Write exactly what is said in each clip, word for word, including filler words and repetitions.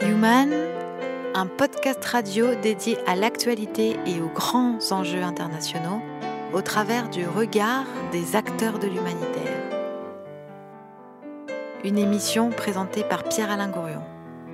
Human, un podcast radio dédié à l'actualité et aux grands enjeux internationaux au travers du regard des acteurs de l'humanitaire. Une émission présentée par Pierre-Alain Gourion.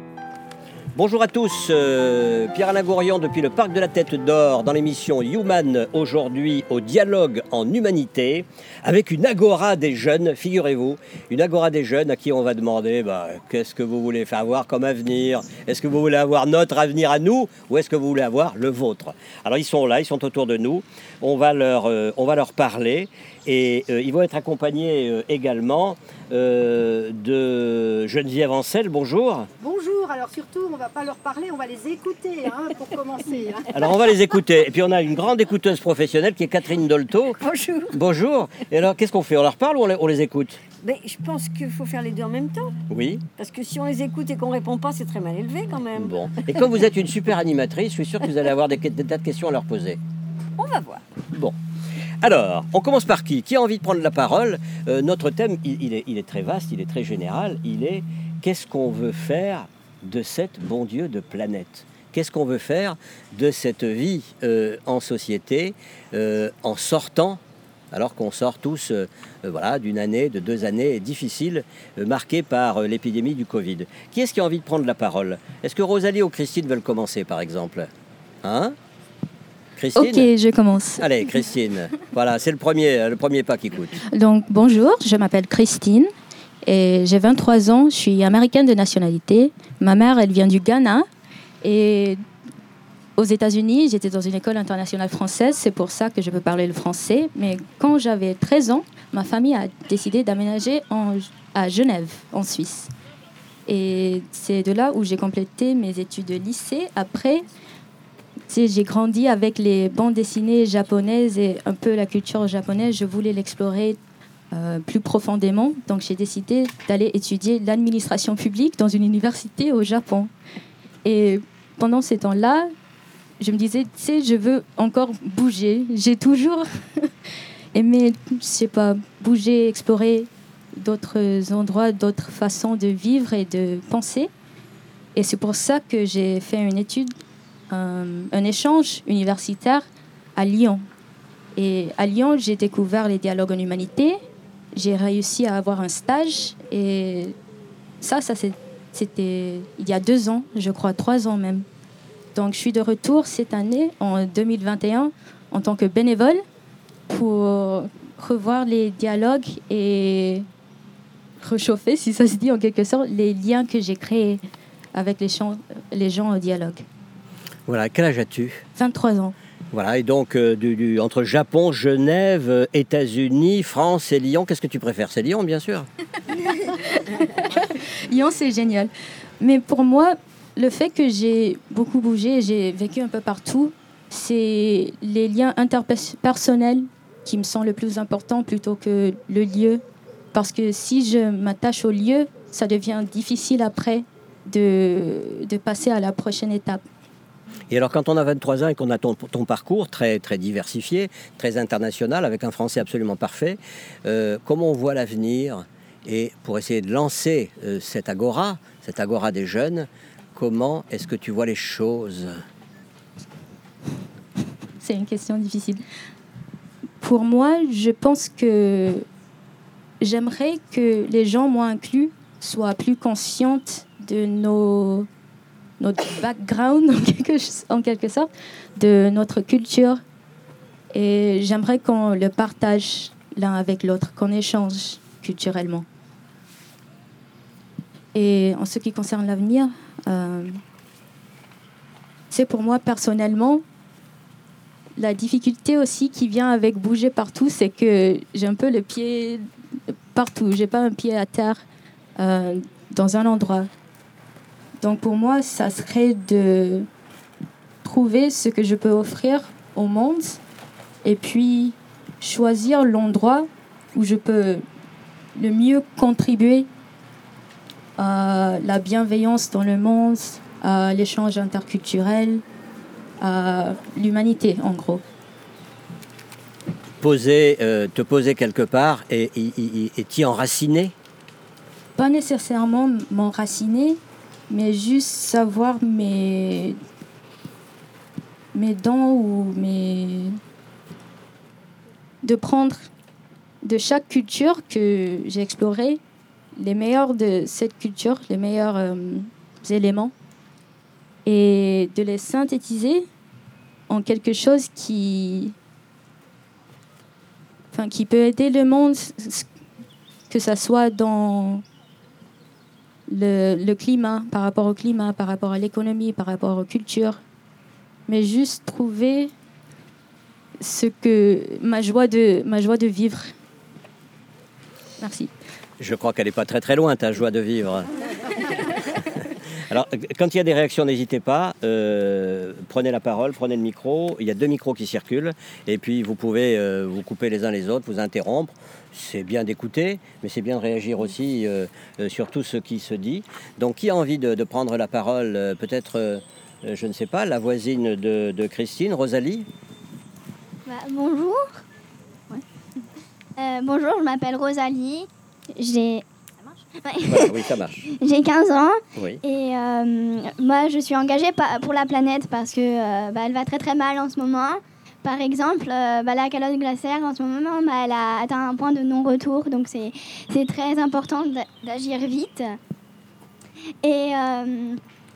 Bonjour à tous, euh, Pierre-Alain Gourion depuis le Parc de la Tête d'Or dans l'émission Human, aujourd'hui au dialogue en humanité avec une agora des jeunes, figurez-vous, une agora des jeunes à qui on va demander bah, qu'est-ce que vous voulez faire avoir comme avenir, est-ce que vous voulez avoir notre avenir à nous ou est-ce que vous voulez avoir le vôtre. Alors ils sont là, ils sont autour de nous, on va leur, euh, on va leur parler et euh, ils vont être accompagnés euh, également euh, de Geneviève Ancel, bonjour. Bonjour. Alors surtout, on ne va pas leur parler, on va les écouter hein, pour commencer. Hein. Alors on va les écouter. Et puis on a une grande écouteuse professionnelle qui est Catherine Dolto. Bonjour. Bonjour. Et alors qu'est-ce qu'on fait? On leur parle ou on les, on les écoute? Mais je pense qu'il faut faire les deux en même temps. Oui. Parce que si on les écoute et qu'on ne répond pas, c'est très mal élevé quand même. Bon. Et comme vous êtes une super animatrice, je suis sûr que vous allez avoir des, des tas de questions à leur poser. On va voir. Bon. Alors, on commence par qui? Qui a envie de prendre la parole? euh, Notre thème, il, il, est, il est très vaste, il est très général. Il est qu'est-ce qu'on veut faire de cette, bon Dieu, de planète? Qu'est-ce qu'on veut faire de cette vie euh, en société euh, en sortant, alors qu'on sort tous euh, euh, voilà, d'une année, de deux années difficiles, euh, marquées par euh, l'épidémie du Covid. Qui est-ce qui a envie de prendre la parole? Est-ce que Rosalie ou Christine veulent commencer, par exemple? Hein? Christine? Ok, je commence. Allez, Christine. Voilà, c'est le premier, le premier pas qui coûte. Donc, bonjour, je m'appelle Christine et j'ai vingt-trois ans. Je suis américaine de nationalité. Ma mère, elle vient du Ghana. Et aux États-Unis, j'étais dans une école internationale française. C'est pour ça que je peux parler le français. Mais quand j'avais treize ans, ma famille a décidé d'aménager en, à Genève, en Suisse. Et c'est de là où j'ai complété mes études de lycée. Après, j'ai grandi avec les bandes dessinées japonaises et un peu la culture japonaise. Je voulais l'explorer euh, plus profondément. Donc, j'ai décidé d'aller étudier l'administration publique dans une université au Japon. Et pendant ces temps-là, je me disais, tu sais, je veux encore bouger. J'ai toujours aimé, je sais pas, bouger, explorer d'autres endroits, d'autres façons de vivre et de penser. Et c'est pour ça que j'ai fait une étude Un, un échange universitaire à Lyon. Et à Lyon, j'ai découvert les dialogues en humanité. J'ai réussi à avoir un stage. Et ça, ça c'était il y a deux ans, je crois, trois ans même. Donc, je suis de retour cette année, en deux mille vingt et un, en tant que bénévole pour revoir les dialogues et réchauffer, si ça se dit en quelque sorte, les liens que j'ai créés avec les gens, les gens au dialogue. Voilà, quel âge as-tu? vingt-trois ans. Voilà, et donc euh, du, du, entre Japon, Genève, euh, États-Unis, France et Lyon, qu'est-ce que tu préfères? C'est Lyon, bien sûr. Lyon, c'est génial. Mais pour moi, le fait que j'ai beaucoup bougé et j'ai vécu un peu partout, c'est les liens interpersonnels qui me sont le plus importants plutôt que le lieu. Parce que si je m'attache au lieu, ça devient difficile après de, de passer à la prochaine étape. Et alors, quand on a vingt-trois ans et qu'on a ton, ton parcours très, très diversifié, très international, avec un français absolument parfait, euh, comment on voit l'avenir? Et pour essayer de lancer euh, cette agora, cette agora des jeunes, comment est-ce que tu vois les choses? C'est une question difficile. Pour moi, je pense que j'aimerais que les gens, moi inclus, soient plus conscientes de nos... notre background, en quelque, en quelque sorte, de notre culture. Et j'aimerais qu'on le partage l'un avec l'autre, qu'on échange culturellement. Et en ce qui concerne l'avenir, euh, c'est pour moi personnellement, la difficulté aussi qui vient avec bouger partout, c'est que j'ai un peu le pied partout. J'ai pas un pied à terre euh, dans un endroit. Donc pour moi, ça serait de trouver ce que je peux offrir au monde et puis choisir l'endroit où je peux le mieux contribuer à la bienveillance dans le monde, à l'échange interculturel, à l'humanité en gros. Poser, euh, te poser quelque part et, et, et, et t'y enraciner? Pas nécessairement m'enraciner, mais juste savoir mes, mes dons ou mes... de prendre de chaque culture que j'ai explorée, les meilleurs de cette culture, les meilleurs euh, éléments, et de les synthétiser en quelque chose qui, enfin, qui peut aider le monde, que ça soit dans le, le climat, par rapport au climat, par rapport à l'économie, par rapport aux cultures, mais juste trouver ce que ma joie de ma joie de vivre. Merci. Je crois qu'elle n'est pas très très loin, ta joie de vivre. Alors, quand il y a des réactions, n'hésitez pas, euh, prenez la parole, prenez le micro. Il y a deux micros qui circulent, et puis vous pouvez euh, vous couper les uns les autres, vous interrompre. C'est bien d'écouter, mais c'est bien de réagir aussi euh, euh, sur tout ce qui se dit. Donc, qui a envie de, de prendre la parole euh, Peut-être, euh, je ne sais pas, la voisine de, de Christine, Rosalie. Bah, bonjour. Ouais. Euh, bonjour, je m'appelle Rosalie. J'ai... Ça marche ? Ouais. Voilà, oui, ça marche. J'ai quinze ans. Oui. Et euh, moi, je suis engagée pour la planète parce que euh, bah, elle va très très mal en ce moment. Par exemple, euh, bah, la calotte glaciaire, en ce moment, bah, elle a atteint un point de non-retour. Donc, c'est, c'est très important d'agir vite. Et, euh,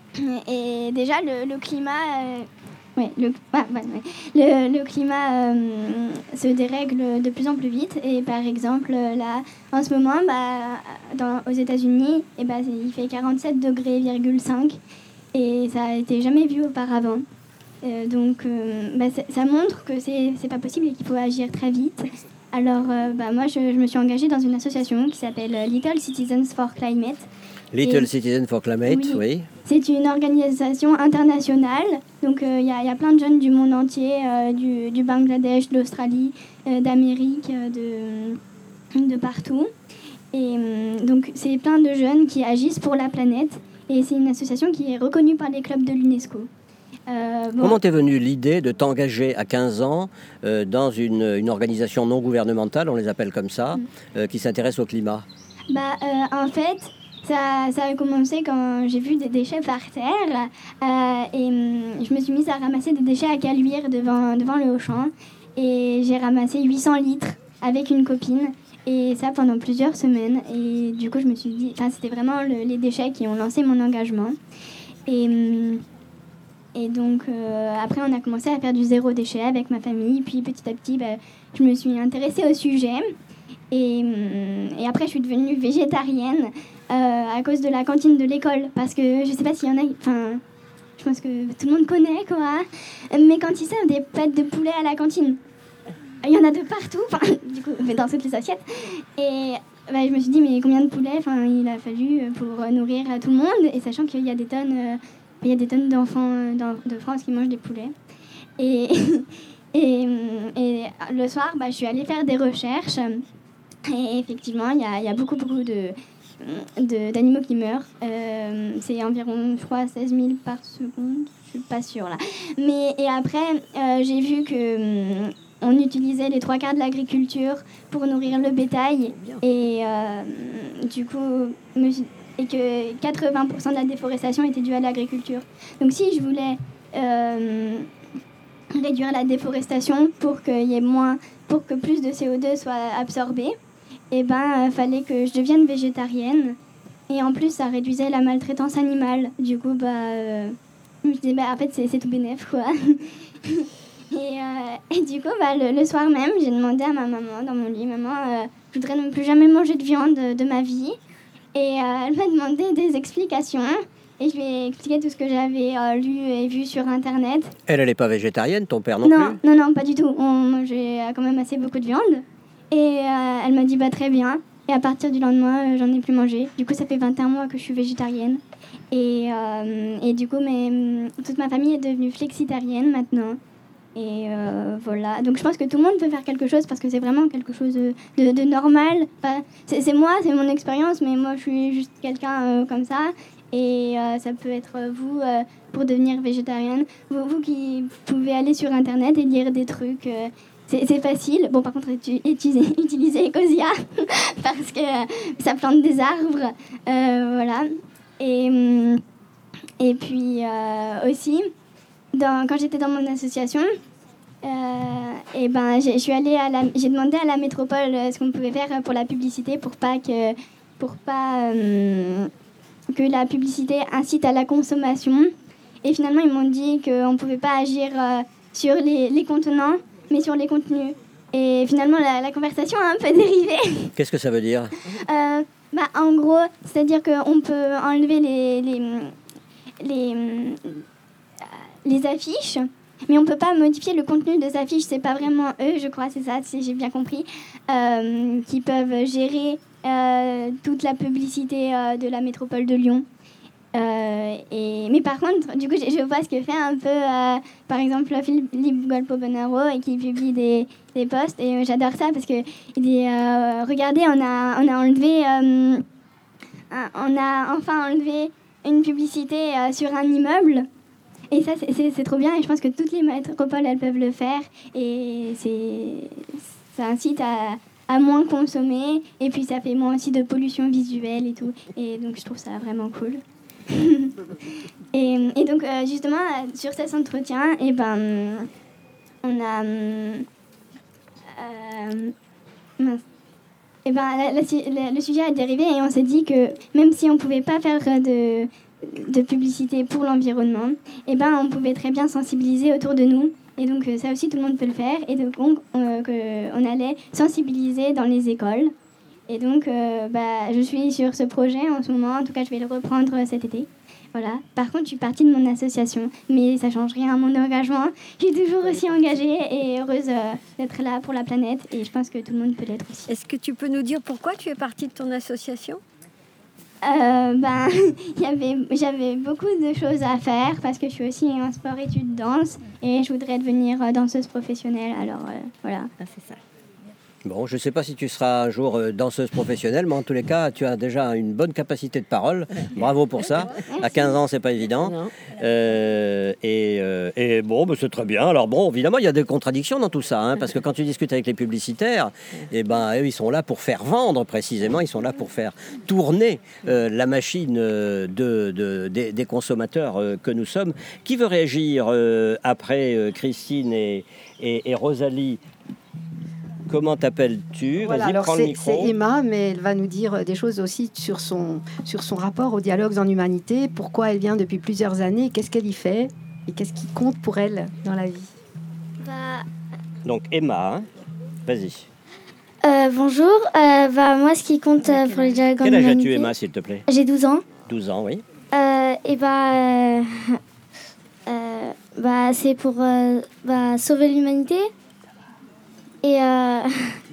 et déjà, le, le climat... Euh, Ouais, le, ah, ouais, ouais. le, le climat euh, se dérègle de plus en plus vite. Et par exemple, là, en ce moment, bah, dans, aux États-Unis, eh bah, il fait quarante-sept degrés virgule cinq. Et ça n'a été jamais vu auparavant. Euh, donc, euh, bah, ça montre que c'est, c'est pas possible et qu'il faut agir très vite. Alors, euh, bah, moi, je, je me suis engagée dans une association qui s'appelle Little Citizens for Climate. Little Et, Citizens for Climate, oui. oui. C'est une organisation internationale. Donc, il euh, y, y a plein de jeunes du monde entier, euh, du, du Bangladesh, de l'Australie, euh, d'Amérique, euh, de, de partout. Et euh, donc, c'est plein de jeunes qui agissent pour la planète. Et c'est une association qui est reconnue par les clubs de l'UNESCO. Euh, bon. Comment t'es venue l'idée de t'engager à quinze ans euh, dans une, une organisation non gouvernementale, on les appelle comme ça, mmh. euh, qui s'intéresse au climat ? Bah, euh, en fait... Ça, ça a commencé quand j'ai vu des déchets par terre euh, et hum, je me suis mise à ramasser des déchets à Caluire devant, devant le Auchan et j'ai ramassé huit cents litres avec une copine et ça pendant plusieurs semaines et du coup je me suis dit, enfin c'était vraiment le, les déchets qui ont lancé mon engagement et, hum, et donc euh, après on a commencé à faire du zéro déchet avec ma famille puis petit à petit bah, je me suis intéressée au sujet et, hum, et après je suis devenue végétarienne. Euh, à cause de la cantine de l'école, parce que je sais pas s'il y en a, enfin, je pense que tout le monde connaît, quoi, mais quand ils servent des pâtes de poulet à la cantine, il y en a de partout, enfin, du coup, dans toutes les assiettes, et bah, je me suis dit, mais combien de poulets, enfin, il a fallu pour nourrir tout le monde, et sachant qu'il y a des tonnes, euh, il y a des tonnes d'enfants de France qui mangent des poulets, et, et, et le soir, bah, je suis allée faire des recherches, et effectivement, il y a, il y a beaucoup, beaucoup de... De, d'animaux qui meurent. Euh, c'est environ, je crois, seize mille par seconde. Je suis pas sûre, là. Mais, et après, euh, j'ai vu que... Hum, on utilisait les trois quarts de l'agriculture pour nourrir le bétail. Et euh, du coup... Me, et que quatre-vingts pour cent de la déforestation était due à l'agriculture. Donc si je voulais... Euh, réduire la déforestation pour qu'il y ait moins... pour que plus de C O deux soit absorbé, eh ben, euh, fallait que je devienne végétarienne. Et en plus, ça réduisait la maltraitance animale. Du coup, bah, euh, je me disais, bah, en fait, c'est, c'est tout bénef, quoi. et, euh, et du coup, bah, le, le soir même, j'ai demandé à ma maman, dans mon lit, « Maman, euh, je voudrais ne plus jamais manger de viande de, de ma vie. » Et euh, elle m'a demandé des explications. Et je lui ai expliqué tout ce que j'avais euh, lu et vu sur Internet. Elle, elle n'est pas végétarienne, ton père non, non plus ? Non, non, pas du tout. On mangeait quand même assez beaucoup de viande. Et euh, elle m'a dit bah, très bien. Et à partir du lendemain, euh, j'en ai plus mangé. Du coup, ça fait vingt et un mois que je suis végétarienne. Et, euh, et du coup, mais, toute ma famille est devenue flexitarienne maintenant. Et euh, voilà. Donc je pense que tout le monde peut faire quelque chose parce que c'est vraiment quelque chose de, de, de normal. Enfin, c'est, c'est moi, c'est mon expérience, mais moi je suis juste quelqu'un euh, comme ça. Et euh, ça peut être vous euh, pour devenir végétarienne. Vous, vous qui pouvez aller sur Internet et lire des trucs. Euh, C'est, c'est facile. Bon, par contre, utiliser, utiliser Ecosia parce que ça plante des arbres. Euh, voilà. Et, Et puis euh, aussi, dans, quand j'étais dans mon association, euh, et ben, j'ai, je suis allée à la, j'ai demandé à la métropole ce qu'on pouvait faire pour la publicité pour pas que, pour pas, euh, que la publicité incite à la consommation. Et finalement, ils m'ont dit qu'on ne pouvait pas agir euh, sur les, les contenants, mais sur les contenus. Et finalement, la, la conversation a un peu dérivé. Qu'est-ce que ça veut dire ? euh, bah, En gros, c'est-à-dire qu'on peut enlever les, les, les, les affiches, mais on ne peut pas modifier le contenu des affiches. C'est pas vraiment eux, je crois, c'est ça, si j'ai bien compris, euh, qui peuvent gérer euh, toute la publicité euh, de la métropole de Lyon. Euh, et, mais par contre, du coup, je, je vois ce que fait un peu, euh, par exemple, Philippe Golpo-Bonaro et qui publie des, des posts. Et euh, j'adore ça parce que il dit euh, regardez, on a, on a enlevé, euh, on a enfin enlevé une publicité euh, sur un immeuble. Et ça, c'est, c'est, c'est trop bien. Et je pense que toutes les métropoles, elles peuvent le faire. Et c'est, ça incite à, à moins consommer. Et puis, ça fait moins aussi de pollution visuelle et tout. Et donc, je trouve ça vraiment cool. et, et donc euh, justement euh, sur cet entretien et ben on a euh, mince. Et ben la, la, la, le sujet a dérivé et on s'est dit que même si on pouvait pas faire de, de publicité pour l'environnement, et ben on pouvait très bien sensibiliser autour de nous. Et donc euh, ça aussi tout le monde peut le faire. Et donc on, euh, que on allait sensibiliser dans les écoles. Et donc, euh, bah, je suis sur ce projet en ce moment. En tout cas, je vais le reprendre cet été. Voilà. Par contre, je suis partie de mon association. Mais ça ne change rien à mon engagement. Je suis toujours aussi engagée et heureuse euh, d'être là pour la planète. Et je pense que tout le monde peut l'être aussi. Est-ce que tu peux nous dire pourquoi tu es partie de ton association ? euh, ben, y avait, J'avais beaucoup de choses à faire parce que je suis aussi en sport-études danse. Et je voudrais devenir danseuse professionnelle. Alors, euh, voilà. Ah, c'est ça. Bon, je ne sais pas si tu seras un jour euh, danseuse professionnelle, mais en tous les cas, tu as déjà une bonne capacité de parole. Bravo pour ça. À quinze ans, c'est pas évident. Euh, et, euh, et bon, bah, c'est très bien. Alors bon, évidemment, il y a des contradictions dans tout ça, hein, parce que quand tu discutes avec les publicitaires, eh ben, eux, ils sont là pour faire vendre précisément. Ils sont là pour faire tourner euh, la machine de, de, des, des consommateurs euh, que nous sommes. Qui veut réagir euh, après euh, Christine et, et, et Rosalie ? Comment t'appelles-tu ? Voilà, Vas-y, alors prends c'est, le micro. c'est Emma, mais elle va nous dire des choses aussi sur son, sur son rapport aux dialogues en humanité, pourquoi elle vient depuis plusieurs années, qu'est-ce qu'elle y fait et qu'est-ce qui compte pour elle dans la vie. Bah, Donc Emma, hein, vas-y. euh, bonjour, euh, bah, moi ce qui compte euh, pour les dialogues en Quel âge humanité... as-tu, Emma, s'il te plaît ? J'ai douze ans. douze ans, oui. Euh, et bah, euh, euh, bah, c'est pour euh, bah, sauver l'humanité. Et euh,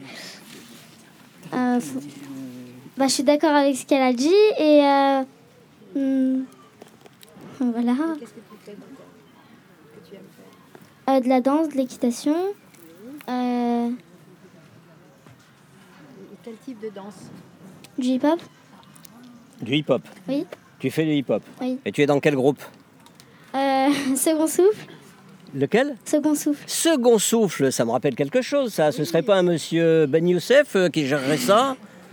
euh, faut, bah, je suis d'accord avec ce qu'elle a dit. Et euh, hum, voilà. Qu'est-ce que tu fais que tu aimes faire ? Euh, de la danse, de l'équitation. Euh, Quel type de danse ? du hip-hop. Du hip-hop. Oui. Tu fais du hip-hop. Oui. Et tu es dans quel groupe ? Euh, second souffle. Lequel ? Second souffle. Second souffle, ça me rappelle quelque chose, ça. Ce serait pas un monsieur Ben Youssef euh, qui gérerait ça ?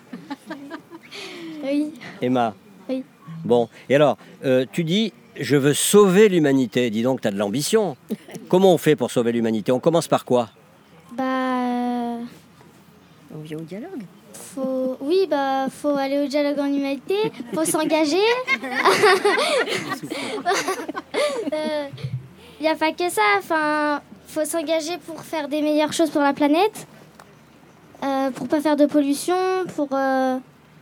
Oui. Emma ? Oui. Bon, et alors, euh, tu dis, je veux sauver l'humanité. Dis donc, tu as de l'ambition. Comment on fait pour sauver l'humanité ? On commence par quoi ? Bah, euh, On vient au dialogue. faut, oui, bah, faut aller au dialogue en humanité. Faut s'engager. euh, Il n'y a pas que ça, enfin, faut s'engager pour faire des meilleures choses pour la planète, euh, pour pas faire de pollution, pour euh,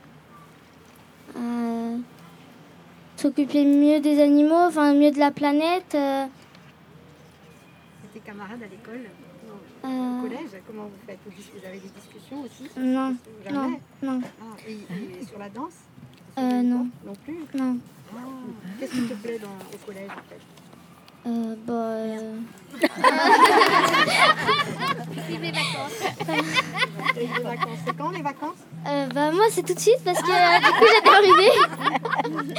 euh, s'occuper mieux des animaux, enfin mieux de la planète. Euh, Tes camarades à l'école, euh, au collège, comment vous faites ? Vous avez des discussions aussi ? non, Jamais non, non, Ah, et, et sur la danse ? euh, non, Non plus ? non. Ah, qu'est-ce qui te plaît dans, au collège en fait ? Euh, bah, euh, Les vacances, c'est quand les vacances ? euh, bah moi c'est tout de suite parce que euh, du coup j'adore arriver.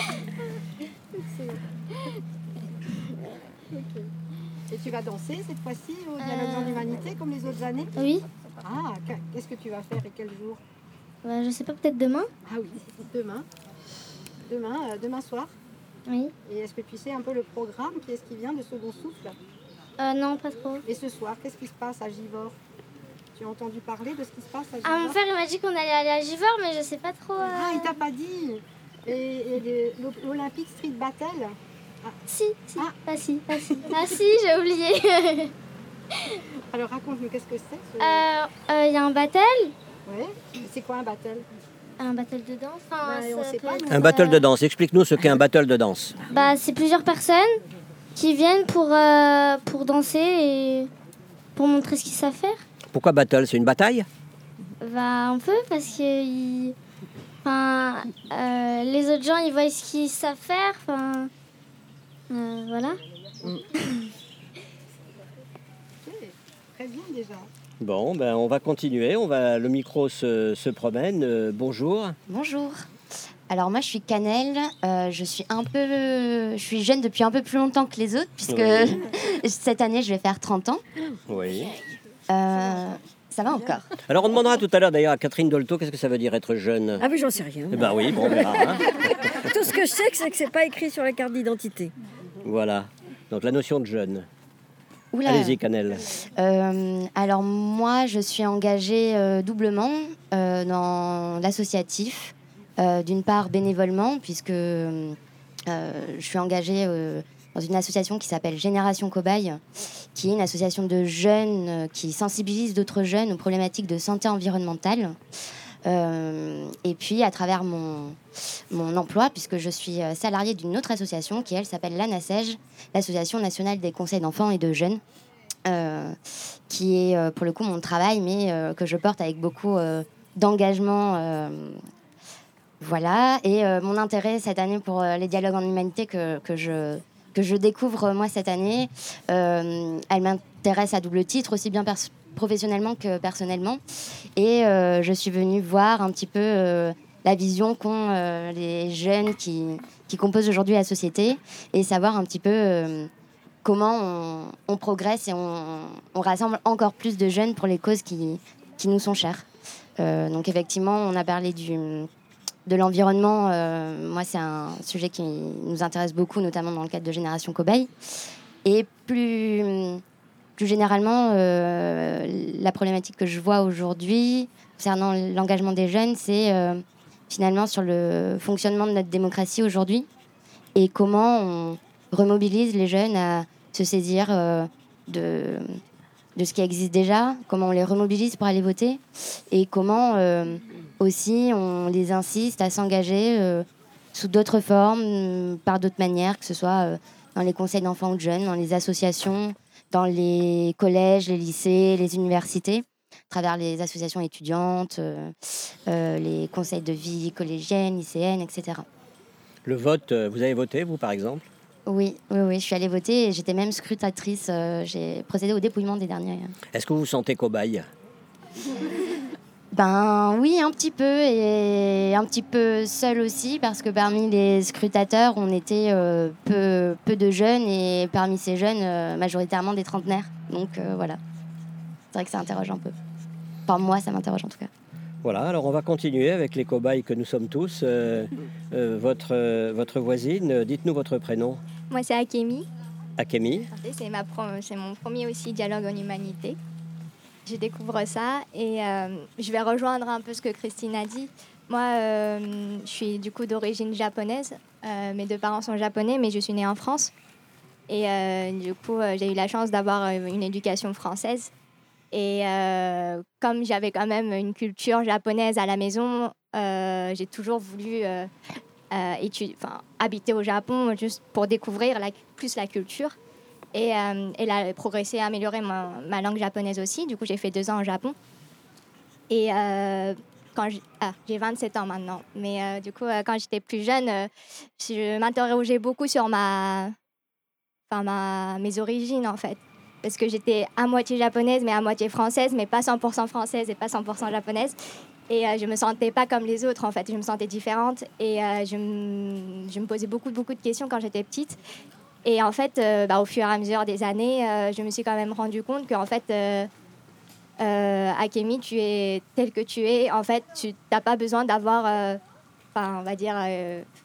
Et tu vas danser cette fois-ci au dialogue en humanité comme les autres années ? Oui, Ah, qu'est-ce que tu vas faire et quel jour ? bah, je sais pas, peut-être demain. Ah oui, demain. Demain, euh, demain soir. Oui. Et est-ce que tu sais un peu le programme? Qui est-ce qui vient de Second Souffle? Euh, non, pas trop. Et ce soir, qu'est-ce qui se passe à Givors? Tu as entendu parler de ce qui se passe à Givors? Ah, mon père il m'a dit qu'on allait aller à Givors, mais je sais pas trop. euh, Ah, il t'a pas dit. Et, et les- l'Olympic Street Battle? Si, si. Ah. Ah, si, ah, si. Ah, si, j'ai oublié. Alors raconte-nous, qu'est-ce que c'est ce... Il euh, euh, y a un battle. Ouais. C'est quoi un battle? Un battle de danse. Enfin, Bah, on ça sait peut pas, être, nous. Un battle de danse. Explique-nous ce qu'est un battle de danse. Bah, c'est plusieurs personnes qui viennent pour, euh, pour danser et pour montrer ce qu'ils savent faire. Pourquoi battle? C'est une bataille? Bah, un peu, parce que ils- enfin, euh, les autres gens, ils voient ce qu'ils savent faire. Enfin, euh, voilà. Très bien déjà. Bon, ben, on va continuer. On va... Le micro se, se promène. Euh, bonjour. Bonjour. Alors moi je suis Canel, euh, je suis un peu, je suis jeune depuis un peu plus longtemps que les autres puisque Oui. cette année je vais faire trente ans. Oui. Euh, ça va encore. Alors, on demandera tout à l'heure d'ailleurs à Catherine Dolto qu'est-ce que ça veut dire être jeune. Ah oui, j'en sais rien. Eh ben oui, bon, on verra. hein. Tout ce que je sais, c'est que c'est pas écrit sur la carte d'identité. Voilà. Donc, la notion de jeune. Oula. Allez-y, Canel. Euh, alors moi je suis engagée euh, doublement euh, dans l'associatif. Euh, d'une part bénévolement puisque euh, je suis engagée euh, dans une association qui s'appelle Génération Cobaye, qui est une association de jeunes euh, qui sensibilise d'autres jeunes aux problématiques de santé environnementale. Euh, et puis à travers mon, mon emploi, puisque je suis euh, salariée d'une autre association qui elle s'appelle l'ANASEJ, l'Association nationale des conseils d'enfants et de jeunes, euh, qui est euh, pour le coup mon travail, mais euh, que je porte avec beaucoup euh, d'engagement. Euh, voilà, et euh, mon intérêt cette année pour euh, les dialogues en humanité que, que, je, que je découvre moi cette année, euh, elle m'intéresse à double titre, aussi bien pers- professionnellement que personnellement. Et euh, je suis venue voir un petit peu euh, la vision qu'ont euh, les jeunes qui, qui composent aujourd'hui la société et savoir un petit peu euh, comment on, on progresse et on, on rassemble encore plus de jeunes pour les causes qui, qui nous sont chères. Euh, donc effectivement, on a parlé du... de l'environnement. Euh, moi, c'est un sujet qui nous intéresse beaucoup, notamment dans le cadre de Génération Cobaye. Et plus, plus généralement, euh, la problématique que je vois aujourd'hui concernant l'engagement des jeunes, c'est euh, finalement sur le fonctionnement de notre démocratie aujourd'hui et comment on remobilise les jeunes à se saisir euh, de, de ce qui existe déjà, comment on les remobilise pour aller voter et comment... Euh, aussi, on les insiste à s'engager euh, sous d'autres formes, euh, par d'autres manières, que ce soit euh, dans les conseils d'enfants ou de jeunes, dans les associations, dans les collèges, les lycées, les universités, à travers les associations étudiantes, euh, euh, les conseils de vie collégienne, lycéenne, et cetera. Le vote, euh, vous avez voté, vous, par exemple? Oui, oui, oui, je suis allée voter et j'étais même scrutatrice. Euh, j'ai procédé au dépouillement des derniers. Est-ce que vous vous sentez cobaye? Ben oui, un petit peu, et un petit peu seule aussi, parce que parmi les scrutateurs, on était euh, peu, peu de jeunes, et parmi ces jeunes, euh, majoritairement des trentenaires. Donc euh, voilà, c'est vrai que ça interroge un peu. Enfin, moi, ça m'interroge en tout cas. Voilà, alors on va continuer avec les cobayes que nous sommes tous. Euh, euh, votre, euh, votre voisine, euh, dites-nous votre prénom. Moi, c'est Akemi. Akemi. C'est, ma pro- c'est mon premier aussi dialogue en humanité. Je découvre ça et euh, je vais rejoindre un peu ce que Christine a dit. Moi, euh, je suis du coup d'origine japonaise. Euh, mes deux parents sont japonais, mais je suis née en France. Et euh, du coup, euh, j'ai eu la chance d'avoir une éducation française. Et euh, comme j'avais quand même une culture japonaise à la maison, euh, j'ai toujours voulu euh, euh, étudier, enfin, habiter au Japon juste pour découvrir la, plus la culture. Et, euh, et là, progresser, améliorer ma, ma langue japonaise aussi. Du coup, j'ai fait deux ans au Japon. Et euh, quand j'ai, ah, j'ai vingt-sept ans maintenant. Mais euh, du coup, euh, quand j'étais plus jeune, euh, je m'interrogeais beaucoup sur ma, enfin, ma, mes origines, en fait. Parce que j'étais à moitié japonaise, mais à moitié française, mais pas cent pour cent française et pas cent pour cent japonaise. Et euh, je me sentais pas comme les autres, en fait. Je me sentais différente. Et euh, je, m- je me posais beaucoup, beaucoup de questions quand j'étais petite. Et en fait, euh, bah, au fur et à mesure des années, euh, je me suis quand même rendu compte qu'en fait, euh, euh, Akemi, tu es tel que tu es. En fait, tu n'as pas besoin d'avoir, enfin, euh, on va dire, euh,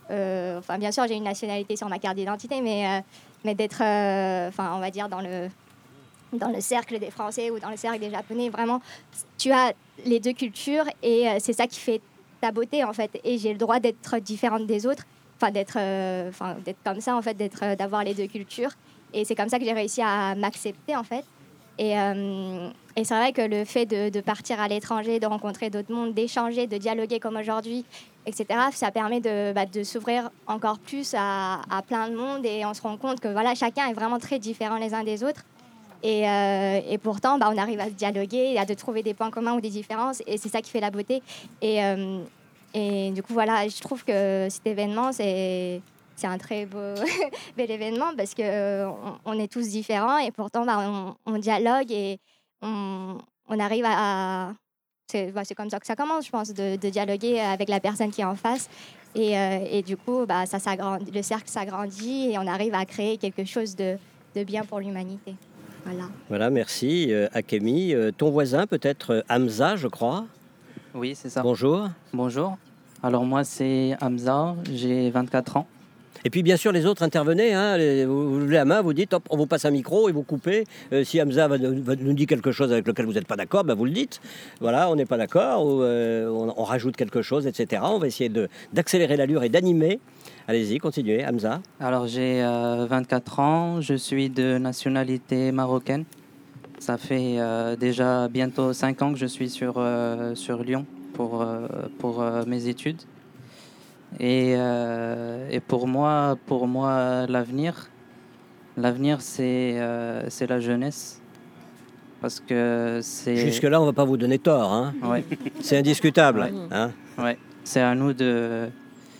euh, enfin bien sûr j'ai une nationalité sur ma carte d'identité, mais, euh, mais d'être, euh, enfin on va dire dans le, dans le cercle des Français ou dans le cercle des Japonais, vraiment tu as les deux cultures et euh, c'est ça qui fait ta beauté en fait. Et j'ai le droit d'être différente des autres, enfin d'être, euh, enfin d'être comme ça en fait, d'être, euh, d'avoir les deux cultures. Et c'est comme ça que j'ai réussi à m'accepter en fait. Et, euh, et c'est vrai que le fait de, de partir à l'étranger, de rencontrer d'autres mondes, d'échanger, de dialoguer comme aujourd'hui, et cetera, ça permet de, bah, de s'ouvrir encore plus à, à plein de monde. Et on se rend compte que voilà, chacun est vraiment très différent les uns des autres. Et, euh, et pourtant, bah, on arrive à se dialoguer, à de trouver des points communs ou des différences. Et c'est ça qui fait la beauté. Et, euh, et du coup, voilà, je trouve que cet événement, c'est... C'est un très beau bel événement parce qu'on euh, on est tous différents et pourtant bah, on, on dialogue et on, on arrive à... à c'est, bah, c'est comme ça que ça commence, je pense, de, de dialoguer avec la personne qui est en face. Et, euh, et du coup, bah, ça s'agrandit, le cercle s'agrandit et on arrive à créer quelque chose de, de bien pour l'humanité. Voilà. Voilà, merci. Euh, Akemi, euh, ton voisin peut-être euh, Hamza, je crois. Oui, c'est ça. Bonjour. Bonjour. Alors moi, c'est Hamza, j'ai vingt-quatre ans. Et puis bien sûr les autres intervenez, hein, les, vous, vous levez la main, vous dites hop, on vous passe un micro et vous coupez. Euh, si Hamza va, va nous dire quelque chose avec lequel vous n'êtes pas d'accord, ben vous le dites. Voilà, on n'est pas d'accord, ou, euh, on, on rajoute quelque chose, et cetera. On va essayer de, d'accélérer l'allure et d'animer. Allez-y, continuez, Hamza. Alors j'ai euh, vingt-quatre ans, je suis de nationalité marocaine. Ça fait euh, déjà bientôt cinq ans que je suis sur, euh, sur Lyon pour, euh, pour euh, mes études. Et, euh, et pour moi, pour moi l'avenir, l'avenir c'est, euh, c'est la jeunesse. Parce que c'est... Jusque-là, on ne va pas vous donner tort. Hein. Ouais. C'est indiscutable. Ouais. Hein. Ouais. C'est à nous de,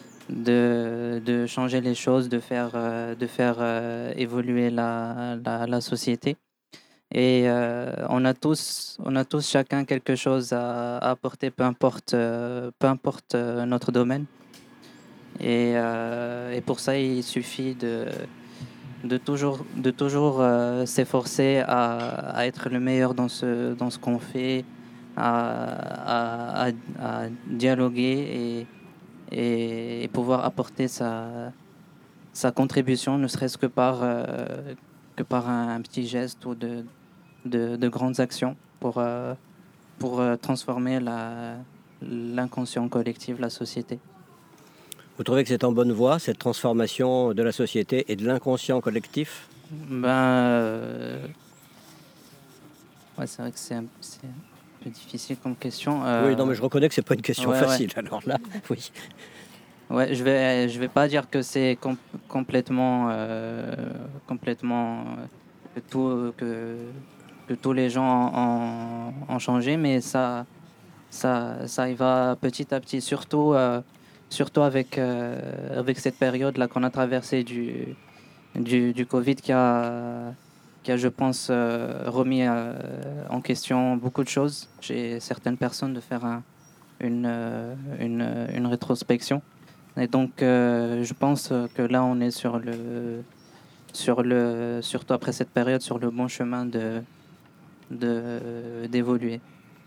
de, de changer les choses, de faire, euh, de faire euh, évoluer la, la, la société. Et euh, on, a tous, on a tous chacun quelque chose à, à apporter, peu importe, euh, peu importe euh, notre domaine. Et, euh, et pour ça, il suffit de, de toujours, de toujours euh, s'efforcer à, à être le meilleur dans ce, dans ce qu'on fait, à, à, à dialoguer et, et, et pouvoir apporter sa, sa contribution, ne serait-ce que par, euh, que par un, un petit geste ou de, de, de grandes actions pour, euh, pour transformer la, l'inconscient collectif, la société. Vous trouvez que c'est en bonne voie, cette transformation de la société et de l'inconscient collectif ? Ben, euh... ouais, c'est vrai que c'est un, c'est un peu difficile comme question. Euh... Oui, non, mais je reconnais que c'est pas une question ouais, facile. Ouais. Alors là, oui. Ouais, je vais, je vais pas dire que c'est com- complètement, euh, complètement que tout, que, que tous les gens ont, ont changé, mais ça, ça, ça y va petit à petit, surtout. Euh, Surtout avec, euh, avec cette période-là qu'on a traversée du, du, du Covid qui a, qui a, je pense, euh, remis euh, en question beaucoup de choses chez certaines personnes, de faire un, une, euh, une, une rétrospection. Et donc, euh, je pense que là, on est sur le, sur le, surtout après cette période, sur le bon chemin de, de, d'évoluer.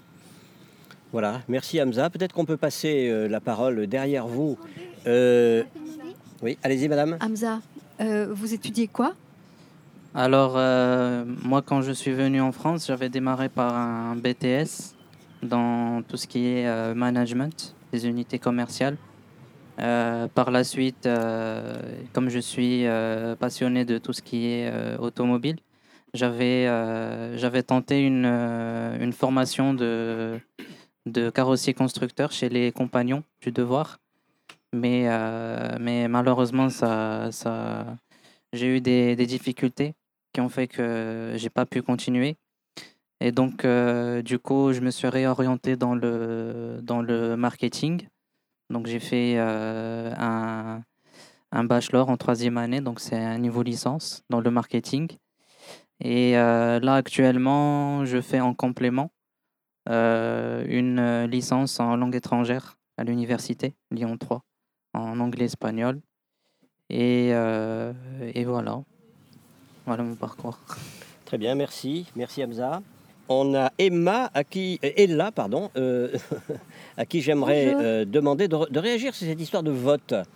Voilà, merci Hamza. Peut-être qu'on peut passer euh, la parole derrière vous. Euh... Oui, allez-y madame. Hamza, euh, vous étudiez quoi ? Alors, euh, moi quand je suis venu en France, j'avais démarré par un B T S dans tout ce qui est euh, management des unités commerciales. Euh, par la suite, euh, comme je suis euh, passionné de tout ce qui est euh, automobile, j'avais, euh, j'avais tenté une, euh, une formation de... de carrossier constructeur chez les compagnons du devoir. Mais, euh, mais malheureusement, ça, ça, j'ai eu des, des difficultés qui ont fait que j'ai pas pu continuer. Et donc, euh, du coup, je me suis réorienté dans le, dans le marketing. Donc, j'ai fait euh, un, un bachelor en troisième année, donc c'est un niveau licence dans le marketing. Et euh, là, actuellement, je fais en complément Euh, une licence en langue étrangère à l'université Lyon trois en anglais-espagnol et, euh, et voilà voilà mon parcours. Très bien, merci merci Hamza. On a Emma à qui euh, Ella pardon euh, à qui j'aimerais euh, demander de, de réagir sur cette histoire de vote.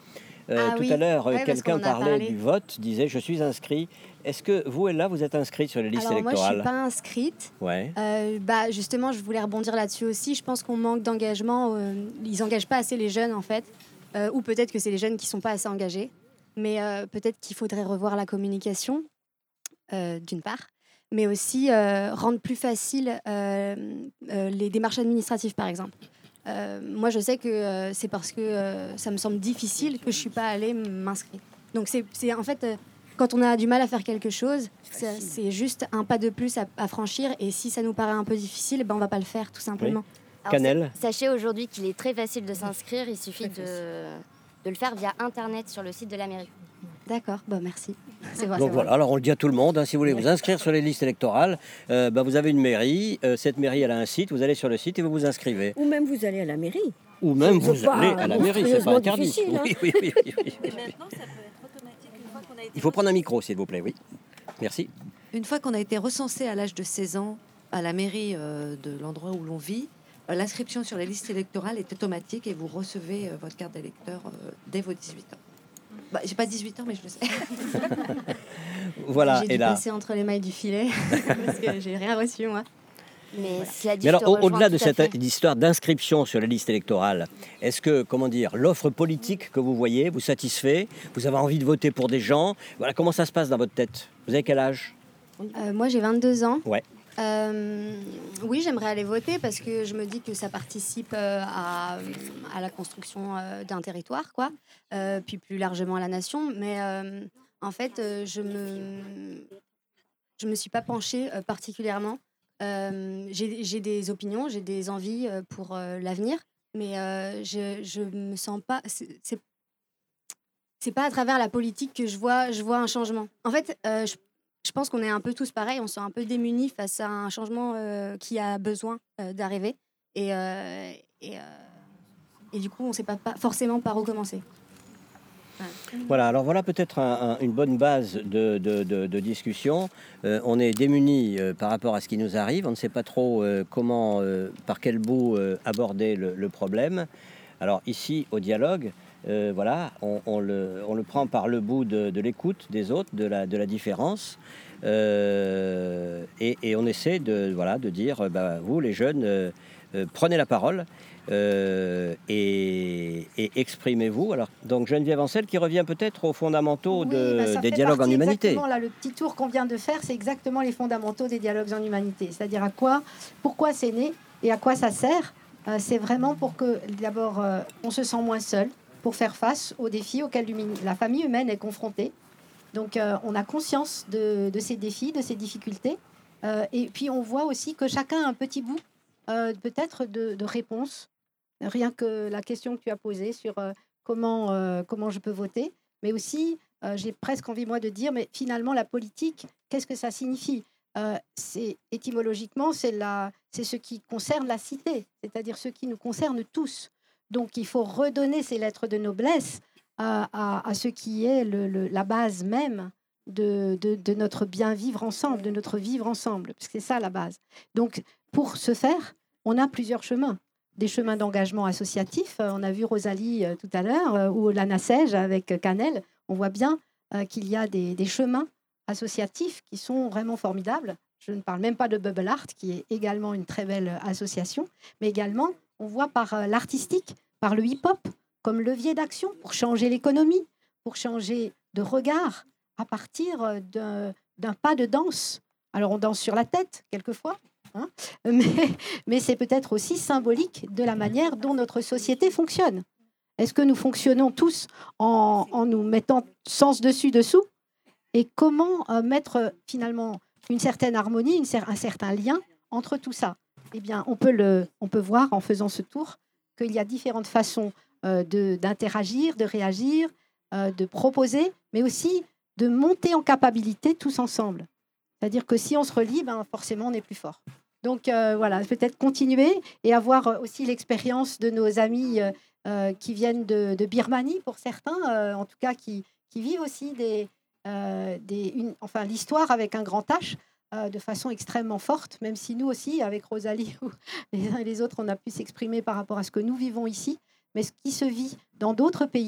Euh, Ah tout oui. à l'heure, Ouais, parce quelqu'un qu'on en a parlait parlé. du vote, disait je suis inscrit. Est-ce que vous, Ella, vous êtes inscrite sur les listes Alors moi, je électorales suis pas inscrite. Ouais. Euh, bah, justement, je voulais rebondir là-dessus aussi. Je pense qu'on manque d'engagement. euh, ils engagent pas assez les jeunes, en fait. Euh, ou peut-être que c'est les jeunes qui sont pas assez engagés. Mais euh, peut-être qu'il faudrait revoir la communication, euh, d'une part. Mais aussi euh, rendre plus facile euh, euh, les démarches administratives, par exemple. Euh, moi, je sais que euh, c'est parce que euh, ça me semble difficile que je suis pas allée m'inscrire. Donc, c'est, c'est en fait... euh, quand on a du mal à faire quelque chose, c'est, c'est juste un pas de plus à, à franchir. Et si ça nous paraît un peu difficile, ben on va pas le faire, tout simplement. Oui. Cannelle. Sachez aujourd'hui qu'il est très facile de s'inscrire. Il suffit de, de le faire via Internet sur le site de la mairie. D'accord, bah merci. C'est vrai, Donc c'est voilà, vrai. alors on le dit à tout le monde, hein, si vous voulez vous inscrire sur les listes électorales, euh, bah, vous avez une mairie, euh, cette mairie elle a un site, vous allez sur le site et vous vous inscrivez. Ou même vous allez à la mairie. Ou même C'est vous pas allez à la mairie, c'est pas monstrueusement interdit. difficile, hein. Oui, oui, oui, oui, oui, oui. Maintenant, ça peut être automatique une fois qu'on a été Il faut prendre un micro, s'il vous plaît, oui. Merci. Une fois qu'on a été recensé à l'âge de seize ans à la mairie euh, de l'endroit où l'on vit, euh, l'inscription sur les listes électorales est automatique et vous recevez euh, votre carte d'électeur euh, dès vos dix-huit ans. Bah, j'ai pas dix-huit ans, mais je le sais. Voilà, J'ai et dû là. passer entre les mailles du filet parce que j'ai rien reçu, moi. Mais si la Mais alors, au- au-delà de cette histoire d'inscription sur les listes électorales, est-ce que, comment dire, l'offre politique que vous voyez vous satisfait? Vous avez envie de voter pour des gens? Voilà, comment ça se passe dans votre tête? Vous avez quel âge? Euh, moi, j'ai vingt-deux ans. Ouais. Euh, oui, j'aimerais aller voter parce que je me dis que ça participe euh, à, à la construction euh, d'un territoire, quoi. Euh, puis plus largement à la nation. Mais euh, en fait, euh, je me je me suis pas penchée euh, particulièrement. Euh, j'ai, j'ai des opinions, j'ai des envies euh, pour euh, l'avenir, mais euh, je je me sens pas. C'est, c'est c'est pas à travers la politique que je vois je vois un changement. En fait, euh, je Je pense qu'on est un peu tous pareils, on se sent un peu démunis face à un changement euh, qui a besoin euh, d'arriver. Et, euh, et, euh, et du coup, on ne sait pas, pas forcément par où commencer. Voilà, alors voilà peut-être un- un- une bonne base de, de- de- de discussion. Euh, on est démunis euh, par rapport à ce qui nous arrive, on ne sait pas trop euh, comment, euh, par quel bout euh, aborder le, le problème. Alors ici, au dialogue, euh, voilà, on, on le, on le prend par le bout de, de l'écoute des autres, de la, de la différence, euh, et, et on essaie de, voilà, de dire, euh, bah, vous les jeunes, euh, euh, prenez la parole. Euh, et, et exprimez-vous. Alors, donc Geneviève Ancel qui revient peut-être aux fondamentaux Oui, de- bah, ça des fait dialogues en partie humanité. Exactement, là, le petit tour qu'on vient de faire, c'est exactement les fondamentaux des dialogues en humanité. C'est-à-dire à quoi, pourquoi c'est né et à quoi ça sert. Euh, c'est vraiment pour que, d'abord, euh, on se sent moins seul, pour faire face aux défis auxquels l'humi- la famille humaine est confrontée. Donc, euh, on a conscience de, de ces défis, de ces difficultés. Euh, et puis, on voit aussi que chacun a un petit bout, euh, peut-être, de, de réponse. Rien que la question que tu as posée sur euh, comment, euh, comment je peux voter, mais aussi, euh, j'ai presque envie, moi, de dire, mais finalement, la politique, qu'est-ce que ça signifie? Euh, c'est, étymologiquement, c'est, la, c'est ce qui concerne la cité, c'est-à-dire ce qui nous concerne tous. Donc, il faut redonner ces lettres de noblesse à, à, à ce qui est le, le, la base même de, de, de notre bien vivre ensemble, de notre vivre ensemble, parce que c'est ça la base. Donc, pour ce faire, on a plusieurs chemins. Des chemins d'engagement associatif. Euh, On a vu Rosalie euh, tout à l'heure, euh, ou l'ANACEJ avec euh, Cannelle. On voit bien euh, qu'il y a des, des chemins associatifs qui sont vraiment formidables. Je ne parle même pas de Bubble Art, qui est également une très belle euh, association, mais également, on voit par euh, l'artistique, par le hip-hop, comme levier d'action pour changer l'économie, pour changer de regard à partir euh, d'un, d'un pas de danse. Alors, on danse sur la tête, quelquefois, hein, mais, mais c'est peut-être aussi symbolique de la manière dont notre société fonctionne. Est-ce que nous fonctionnons tous en, en nous mettant sens dessus dessous? Et comment euh, mettre finalement une certaine harmonie, une cer- un certain lien entre tout ça? Eh bien, on peut, le, on peut voir en faisant ce tour qu'il y a différentes façons euh, de, d'interagir, de réagir, euh, de proposer, mais aussi de monter en capacité tous ensemble. C'est-à-dire que si on se relie, ben, forcément, on est plus fort. Donc euh, voilà, peut-être continuer et avoir euh, aussi l'expérience de nos amis euh, euh, qui viennent de, de Birmanie, pour certains, euh, en tout cas qui, qui vivent aussi des, euh, des, une, enfin, l'histoire avec un grand H euh, de façon extrêmement forte, même si nous aussi, avec Rosalie ou les uns et les autres, on a pu s'exprimer par rapport à ce que nous vivons ici, mais ce qui se vit dans d'autres pays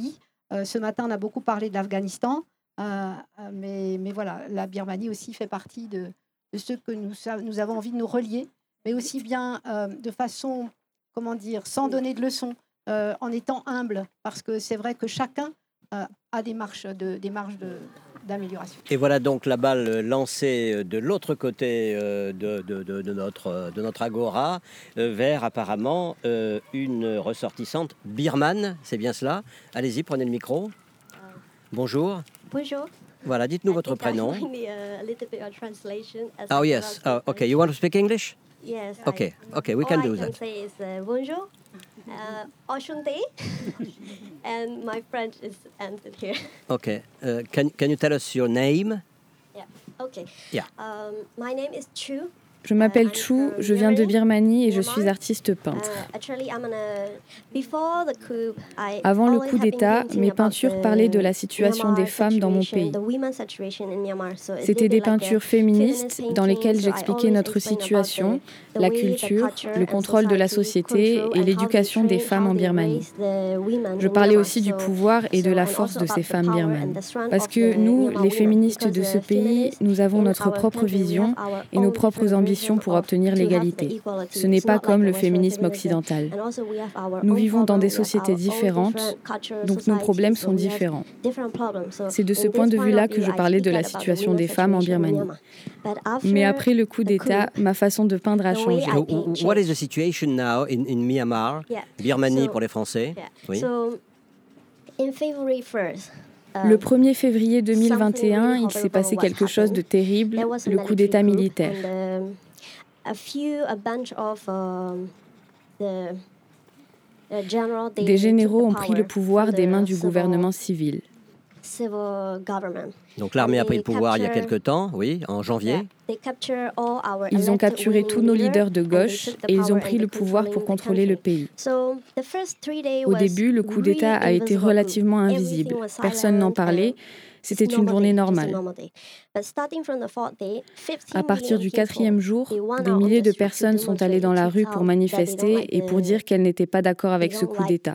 Euh, ce matin, on a beaucoup parlé de l'Afghanistan, euh, mais, mais voilà, la Birmanie aussi fait partie de, de ceux que nous, nous avons envie de nous relier, mais aussi bien euh, de façon, comment dire, sans donner de leçons, euh, en étant humble, parce que c'est vrai que chacun euh, a des marches de, des marges de, d'amélioration. Et voilà donc la balle lancée de l'autre côté euh, de, de, de, de, notre, de notre agora, euh, vers apparemment euh, une ressortissante birmane, c'est bien cela. Allez-y, prenez le micro. Bonjour. Bonjour. Voilà, dites-nous I votre think prénom. I need a little bit of translation as Oh I yes, cannot oh, speak okay, you want to speak English? Yes. Okay, I, okay, we all can I do can that. say is uh, bonjour, uh, enchanté, and my French is ended here. Okay, uh, can, can you tell us your name? Yeah. Okay. Yeah. Um, my name is Chu. Je m'appelle Chu, je viens de Birmanie et je suis artiste peintre. Avant le coup d'État, mes peintures parlaient de la situation des femmes dans mon pays. C'était des peintures féministes dans lesquelles j'expliquais notre situation, la culture, le contrôle de la société et l'éducation des femmes en Birmanie. Je parlais aussi du pouvoir et de la force de ces femmes birmanes. Parce que nous, les féministes de ce pays, nous avons notre propre vision et nos propres ambitions pour obtenir l'égalité. Ce n'est pas comme le féminisme occidental. Nous vivons dans des sociétés différentes, donc nos problèmes sont différents. C'est de ce point de vue-là que je parlais de la situation des femmes en Birmanie. Mais après le coup d'État, ma façon de peindre a changé. What is the situation now in, in Myanmar? Birmanie pour les Français. Oui. Le premier février deux mille vingt et un, il s'est passé quelque chose de terrible, le coup d'État militaire. Des généraux ont pris le pouvoir des mains du gouvernement civil. Donc l'armée a pris le pouvoir il y a quelque temps, oui, en janvier. Ils ont capturé tous nos leaders de gauche et ils ont pris le pouvoir pour contrôler le pays. Au début, le coup d'État a été relativement invisible. Personne n'en parlait. C'était une journée normale. À partir du quatrième jour, des milliers de personnes sont allées dans la rue pour manifester et pour dire qu'elles n'étaient pas d'accord avec ce coup d'État.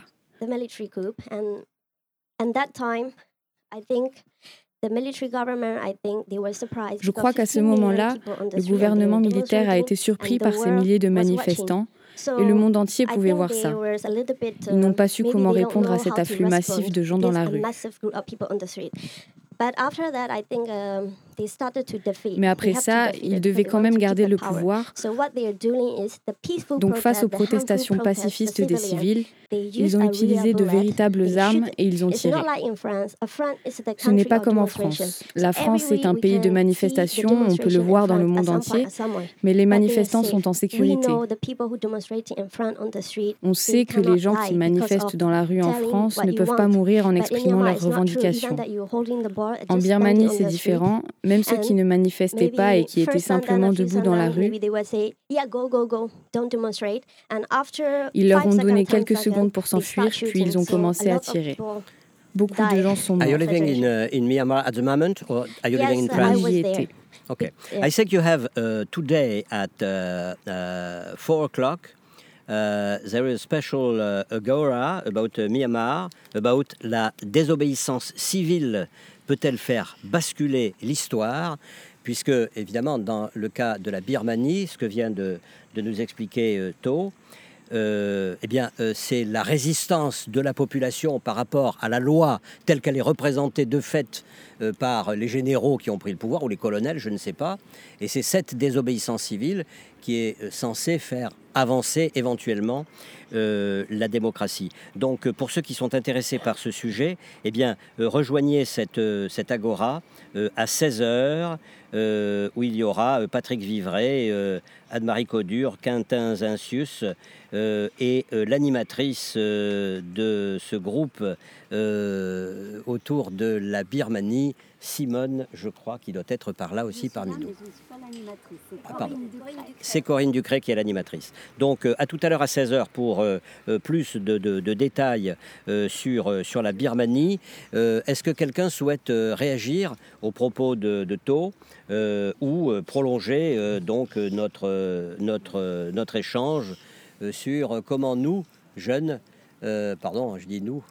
Je crois qu'à ce moment-là, le gouvernement militaire a été surpris par ces milliers de manifestants et le monde entier pouvait voir ça. Ils n'ont pas su comment répondre à cet afflux massif de gens dans la rue. Mais après ça, ils devaient quand même garder le pouvoir. Donc face aux protestations pacifistes des civils, ils ont utilisé de véritables armes et ils ont tiré. Ce n'est pas comme en France. La France est un pays de manifestation, on peut le voir dans le monde entier, mais les manifestants sont en sécurité. On sait que les gens qui manifestent dans la rue en France ne peuvent pas mourir en exprimant leurs revendications. En Birmanie, c'est différent. Même ceux qui ne manifestaient pas et qui étaient simplement debout dans la rue, ils leur ont donné quelques secondes pour s'enfuir, puis ils ont commencé à tirer. Beaucoup de gens sont morts. Are you living in, uh, in Myanmar at the moment, or are you living in France? J'y étais. Okay. I think you have uh, today at uh, uh, four o'clock. Uh, there is a special uh, agora about uh, Myanmar, about la désobéissance civile peut-elle faire basculer l'histoire, puisque, évidemment, dans le cas de la Birmanie, ce que vient de, de nous expliquer euh, To, euh, eh bien, euh, c'est la résistance de la population par rapport à la loi telle qu'elle est représentée de fait euh, par les généraux qui ont pris le pouvoir, ou les colonels, je ne sais pas, et c'est cette désobéissance civile qui est euh, censée faire avancer éventuellement euh, la démocratie. Donc, pour ceux qui sont intéressés par ce sujet, eh bien, euh, rejoignez cette, euh, cette agora euh, à seize heures, euh, où il y aura euh, Patrick Vivray, euh, Anne-Marie Codure, Quentin Zincius euh, et euh, l'animatrice euh, de ce groupe euh, autour de la Birmanie, Simone, je crois, qui doit être par là aussi parmi nous. Ah, pardon. C'est Corinne Ducret qui est l'animatrice. Donc, euh, à tout à l'heure à seize heures pour euh, euh, plus de, de, de détails euh, sur, euh, sur la Birmanie. Euh, est-ce que quelqu'un souhaite euh, réagir aux propos de, de To euh, ou euh, prolonger euh, donc notre, euh, notre, euh, notre échange euh, sur comment nous, jeunes, euh, pardon, je dis nous,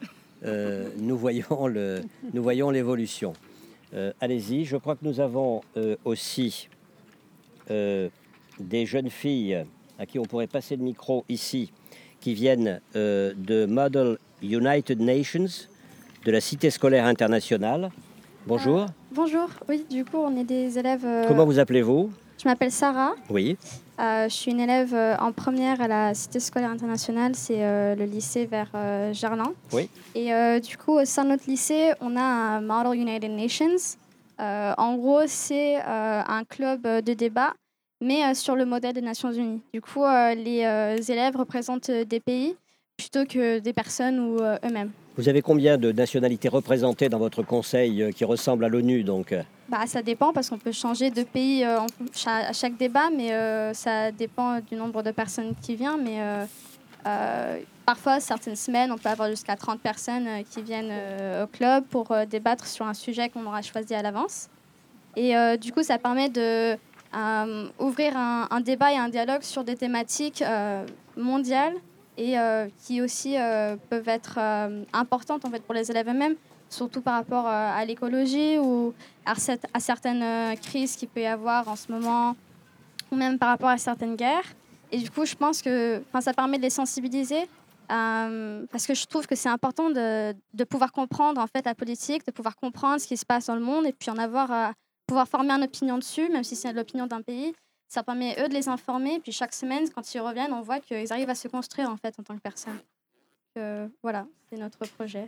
euh, nous voyons le, nous voyons l'évolution. Euh, allez-y, je crois que nous avons euh, aussi euh, des jeunes filles à qui on pourrait passer le micro ici, qui viennent euh, de Model United Nations, de la Cité scolaire internationale. Bonjour. Euh, bonjour, oui, du coup, on est des élèves... Euh, Comment vous appelez-vous? Je m'appelle Sarah. Oui. Euh, je suis une élève euh, en première à la Cité scolaire internationale, c'est euh, le lycée vers euh, Gerland. Oui. Et euh, du coup, au sein de notre lycée, on a un Model United Nations. Euh, en gros, c'est euh, un club de débat, mais euh, sur le modèle des Nations Unies. Du coup, euh, les euh, élèves représentent des pays plutôt que des personnes ou euh, eux-mêmes. Vous avez combien de nationalités représentées dans votre conseil euh, qui ressemble à l'ONU donc? Bah, ça dépend parce qu'on peut changer de pays euh, en, cha- à chaque débat, mais euh, ça dépend du nombre de personnes qui viennent. Mais euh, euh, parfois, certaines semaines, on peut avoir jusqu'à trente personnes euh, qui viennent euh, au club pour euh, débattre sur un sujet qu'on aura choisi à l'avance. Et euh, du coup, ça permet de euh, ouvrir un, un débat et un dialogue sur des thématiques euh, mondiales et euh, qui aussi euh, peuvent être euh, importantes en fait, pour les élèves eux-mêmes, surtout par rapport euh, à l'écologie ou à, cette, à certaines euh, crises qu'il peut y avoir en ce moment, ou même par rapport à certaines guerres. Et du coup, je pense que ça permet de les sensibiliser, euh, parce que je trouve que c'est important de, de pouvoir comprendre en fait, la politique, de pouvoir comprendre ce qui se passe dans le monde, et puis en avoir, euh, pouvoir former une opinion dessus, même si c'est l'opinion d'un pays. Ça permet, eux, de les informer. Puis chaque semaine, quand ils reviennent, on voit qu'ils arrivent à se construire, en fait, en tant que personne. Euh, voilà, c'est notre projet.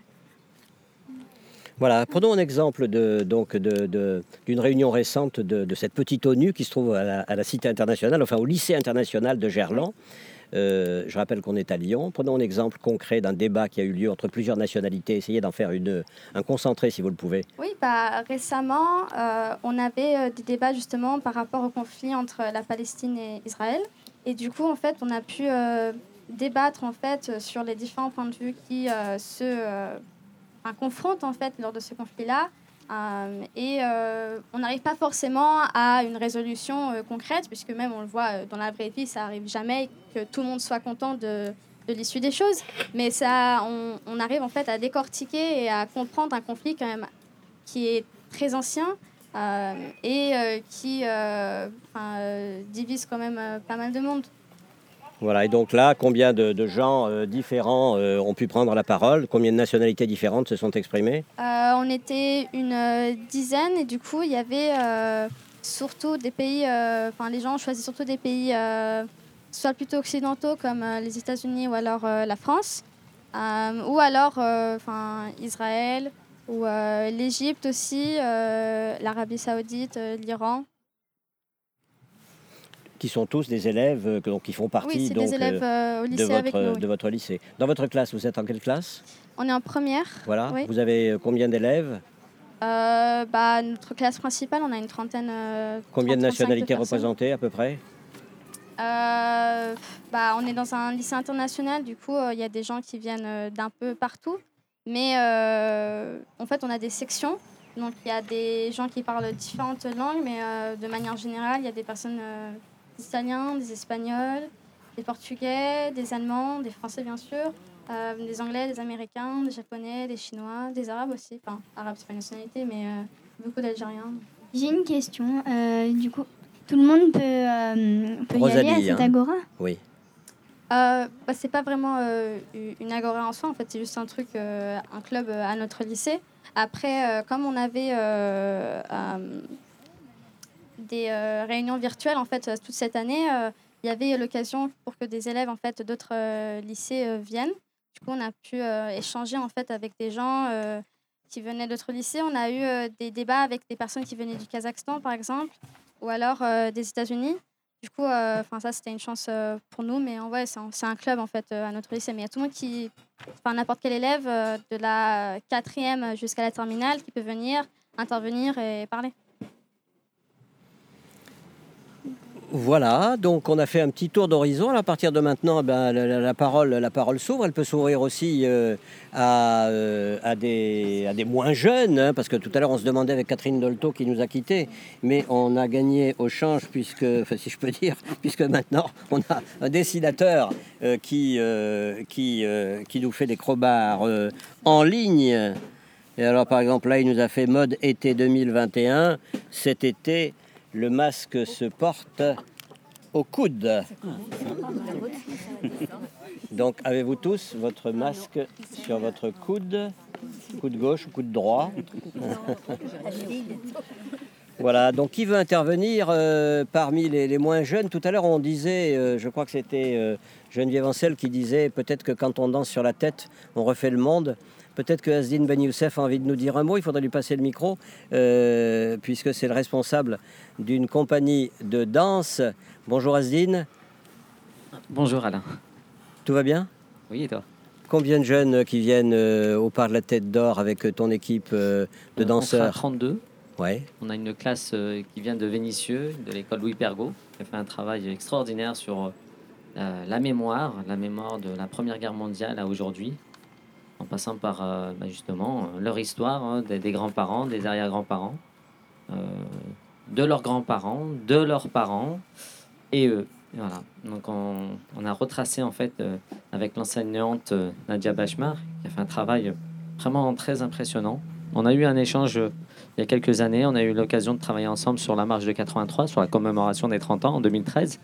Voilà, prenons un exemple de, donc de, de, d'une réunion récente de, de cette petite ONU qui se trouve à la, à la Cité internationale, enfin au lycée international de Gerland. Euh, je rappelle qu'on est à Lyon. Prenons un exemple concret d'un débat qui a eu lieu entre plusieurs nationalités. Essayez d'en faire une, un concentré si vous le pouvez. Oui, bah, récemment, euh, on avait euh, des débats justement par rapport au conflit entre la Palestine et Israël. Et du coup, en fait, on a pu euh, débattre en fait, sur les différents points de vue qui euh, se euh, enfin, confrontent en fait, lors de ce conflit-là. Euh, et euh, on n'arrive pas forcément à une résolution euh, concrète, puisque même on le voit euh, dans la vraie vie, ça n'arrive jamais que tout le monde soit content de, de l'issue des choses. Mais ça, on, on arrive en fait à décortiquer et à comprendre un conflit quand même qui est très ancien euh, et euh, qui euh, euh, divise quand même euh, pas mal de monde. Voilà, et donc là, combien de, de gens euh, différents euh, ont pu prendre la parole? Combien de nationalités différentes se sont exprimées? euh, On était une euh, dizaine et du coup, il y avait euh, surtout des pays... Enfin, euh, les gens ont choisi surtout des pays euh, soit plutôt occidentaux comme euh, les États-Unis ou alors euh, la France, euh, ou alors euh, Israël, ou euh, l'Égypte aussi, euh, l'Arabie Saoudite, euh, l'Iran. Qui sont tous des élèves euh, donc, qui font partie oui, donc, des élèves, euh, au lycée de, votre, avec nous, oui. de votre lycée. Dans votre classe, vous êtes en quelle classe? On est en première. Voilà. Oui. Vous avez combien d'élèves? euh, bah, Notre classe principale, on a une trentaine. Euh, combien de nationalités de représentées à peu près? euh, bah, On est dans un lycée international, du coup, il euh, y a des gens qui viennent euh, d'un peu partout. Mais euh, en fait, on a des sections. Donc, il y a des gens qui parlent différentes langues, mais euh, de manière générale, il y a des personnes... Euh, des Italiens, des Espagnols, des Portugais, des Allemands, des Français bien sûr, euh, des Anglais, des Américains, des Japonais, des Chinois, des Arabes aussi. Enfin, Arabes, c'est pas une nationalité, mais euh, beaucoup d'Algériens. J'ai une question. Euh, du coup, tout le monde peut, euh, peut Rosalie, y aller à cette hein. agora? Oui. Euh, bah, c'est pas vraiment euh, une agora en soi, en fait, c'est juste un truc, euh, un club euh, à notre lycée. Après, euh, comme on avait... Euh, euh, des euh, réunions virtuelles en fait toute cette année, euh, il y avait l'occasion pour que des élèves en fait d'autres euh, lycées euh, viennent. Du coup, on a pu euh, échanger en fait avec des gens euh, qui venaient d'autres lycées. On a eu euh, des débats avec des personnes qui venaient du Kazakhstan par exemple, ou alors euh, des États-Unis. Du coup, enfin euh, ça c'était une chance euh, pour nous, mais en vrai c'est un, c'est un club en fait euh, à notre lycée. Mais il y a tout le monde qui, enfin n'importe quel élève euh, de la quatrième jusqu'à la terminale qui peut venir intervenir et parler. Voilà, donc on a fait un petit tour d'horizon. À partir de maintenant, ben, la, la, la parole, la parole s'ouvre. Elle peut s'ouvrir aussi euh, à, euh, à, des, à des moins jeunes, hein, parce que tout à l'heure on se demandait avec Catherine Dolto qui nous a quittés, mais on a gagné au change, puisque, enfin, si je peux dire, puisque maintenant on a un dessinateur euh, qui, euh, qui, euh, qui nous fait des crobards euh, en ligne. Et alors, par exemple, là, il nous a fait mode été deux mille vingt et un. Cet été, le masque se porte au coude. Donc, avez-vous tous votre masque sur votre coude, coude gauche ou coude droit? Voilà, donc qui veut intervenir euh, parmi les, les moins jeunes? Tout à l'heure, on disait, euh, je crois que c'était euh, Geneviève Ancel qui disait peut-être que quand on danse sur la tête, on refait le monde. Peut-être que Asdine Ben Youssef a envie de nous dire un mot. Il faudrait lui passer le micro, euh, puisque c'est le responsable d'une compagnie de danse. Bonjour Asdine. Bonjour Alain. Tout va bien? Oui, et toi? Combien de jeunes qui viennent euh, au Parc de la Tête d'Or avec ton équipe euh, de euh, danseurs? On sera trente-deux. Ouais. On a une classe euh, qui vient de Vénissieux, de l'école Louis Pergaud, qui a fait un travail extraordinaire sur euh, la mémoire, la mémoire de la Première Guerre mondiale à aujourd'hui, en passant par euh, bah justement euh, leur histoire, hein, des, des grands-parents, des arrière-grands-parents, euh, de leurs grands-parents, de leurs parents et eux. Et voilà. Donc on, on a retracé en fait euh, avec l'enseignante euh, Nadia Bachmar, qui a fait un travail vraiment très impressionnant. On a eu un échange euh, il y a quelques années, on a eu l'occasion de travailler ensemble sur la marche de quatre-vingt-trois, sur la commémoration des trente ans en deux mille treize.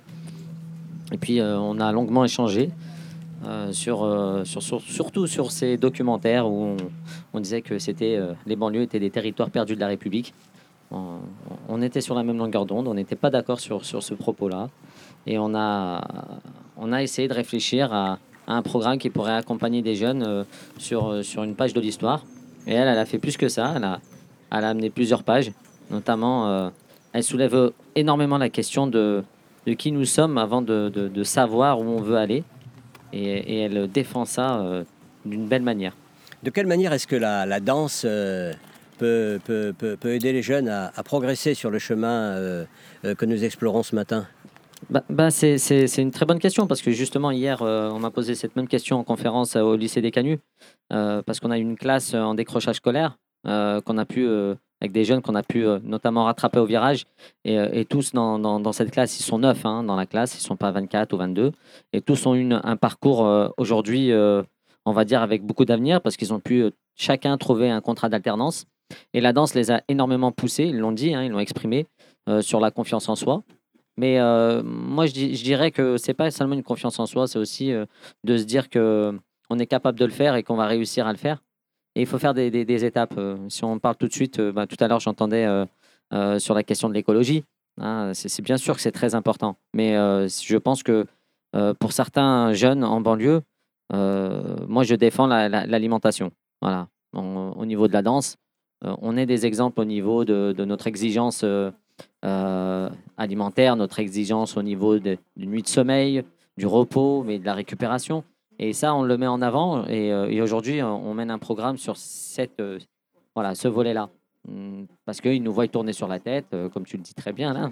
Et puis euh, on a longuement échangé. Euh, sur, euh, sur, sur, surtout sur ces documentaires où on, on disait que c'était, euh, les banlieues étaient des territoires perdus de la République. On, on était sur la même longueur d'onde, on n'était pas d'accord sur, sur ce propos-là. Et on a, on a essayé de réfléchir à, à un programme qui pourrait accompagner des jeunes euh, sur, sur une page de l'histoire. Et elle, elle a fait plus que ça, elle a, elle a amené plusieurs pages. Notamment, euh, elle soulève énormément la question de, de qui nous sommes avant de, de, de savoir où on veut aller. Et, et elle défend ça euh, d'une belle manière. De quelle manière est-ce que la, la danse euh, peut, peut, peut, peut aider les jeunes à, à progresser sur le chemin euh, euh, que nous explorons ce matin? bah, bah, c'est, c'est, c'est une très bonne question, parce que justement hier, euh, on m'a posé cette même question en conférence au lycée des Canuts, euh, parce qu'on a une classe en décrochage scolaire, euh, qu'on a pu, euh, avec des jeunes qu'on a pu euh, notamment rattraper au virage. Et, euh, et tous dans, dans, dans cette classe, ils sont neuf hein, dans la classe, ils ne sont pas vingt-quatre ou vingt-deux. Et tous ont eu un parcours euh, aujourd'hui, euh, on va dire, avec beaucoup d'avenir, parce qu'ils ont pu euh, chacun trouver un contrat d'alternance. Et la danse les a énormément poussés, ils l'ont dit, hein, ils l'ont exprimé, euh, sur la confiance en soi. Mais euh, moi, je, je dirais que ce n'est pas seulement une confiance en soi, c'est aussi euh, de se dire qu'on est capable de le faire et qu'on va réussir à le faire. Et il faut faire des, des, des étapes. Euh, si on parle tout de suite, euh, bah, tout à l'heure, j'entendais euh, euh, sur la question de l'écologie. Hein, c'est, c'est bien sûr que c'est très important. Mais euh, je pense que euh, pour certains jeunes en banlieue, euh, moi, je défends la, la, l'alimentation. Voilà. On, au niveau de la danse, euh, on est des exemples au niveau de, de notre exigence euh, euh, alimentaire, notre exigence au niveau de, de nuit de sommeil, du repos, mais de la récupération. Et ça, on le met en avant. Et, euh, et aujourd'hui, on mène un programme sur cette, euh, voilà, ce volet-là. Parce qu'ils nous voient tourner sur la tête, euh, comme tu le dis très bien là.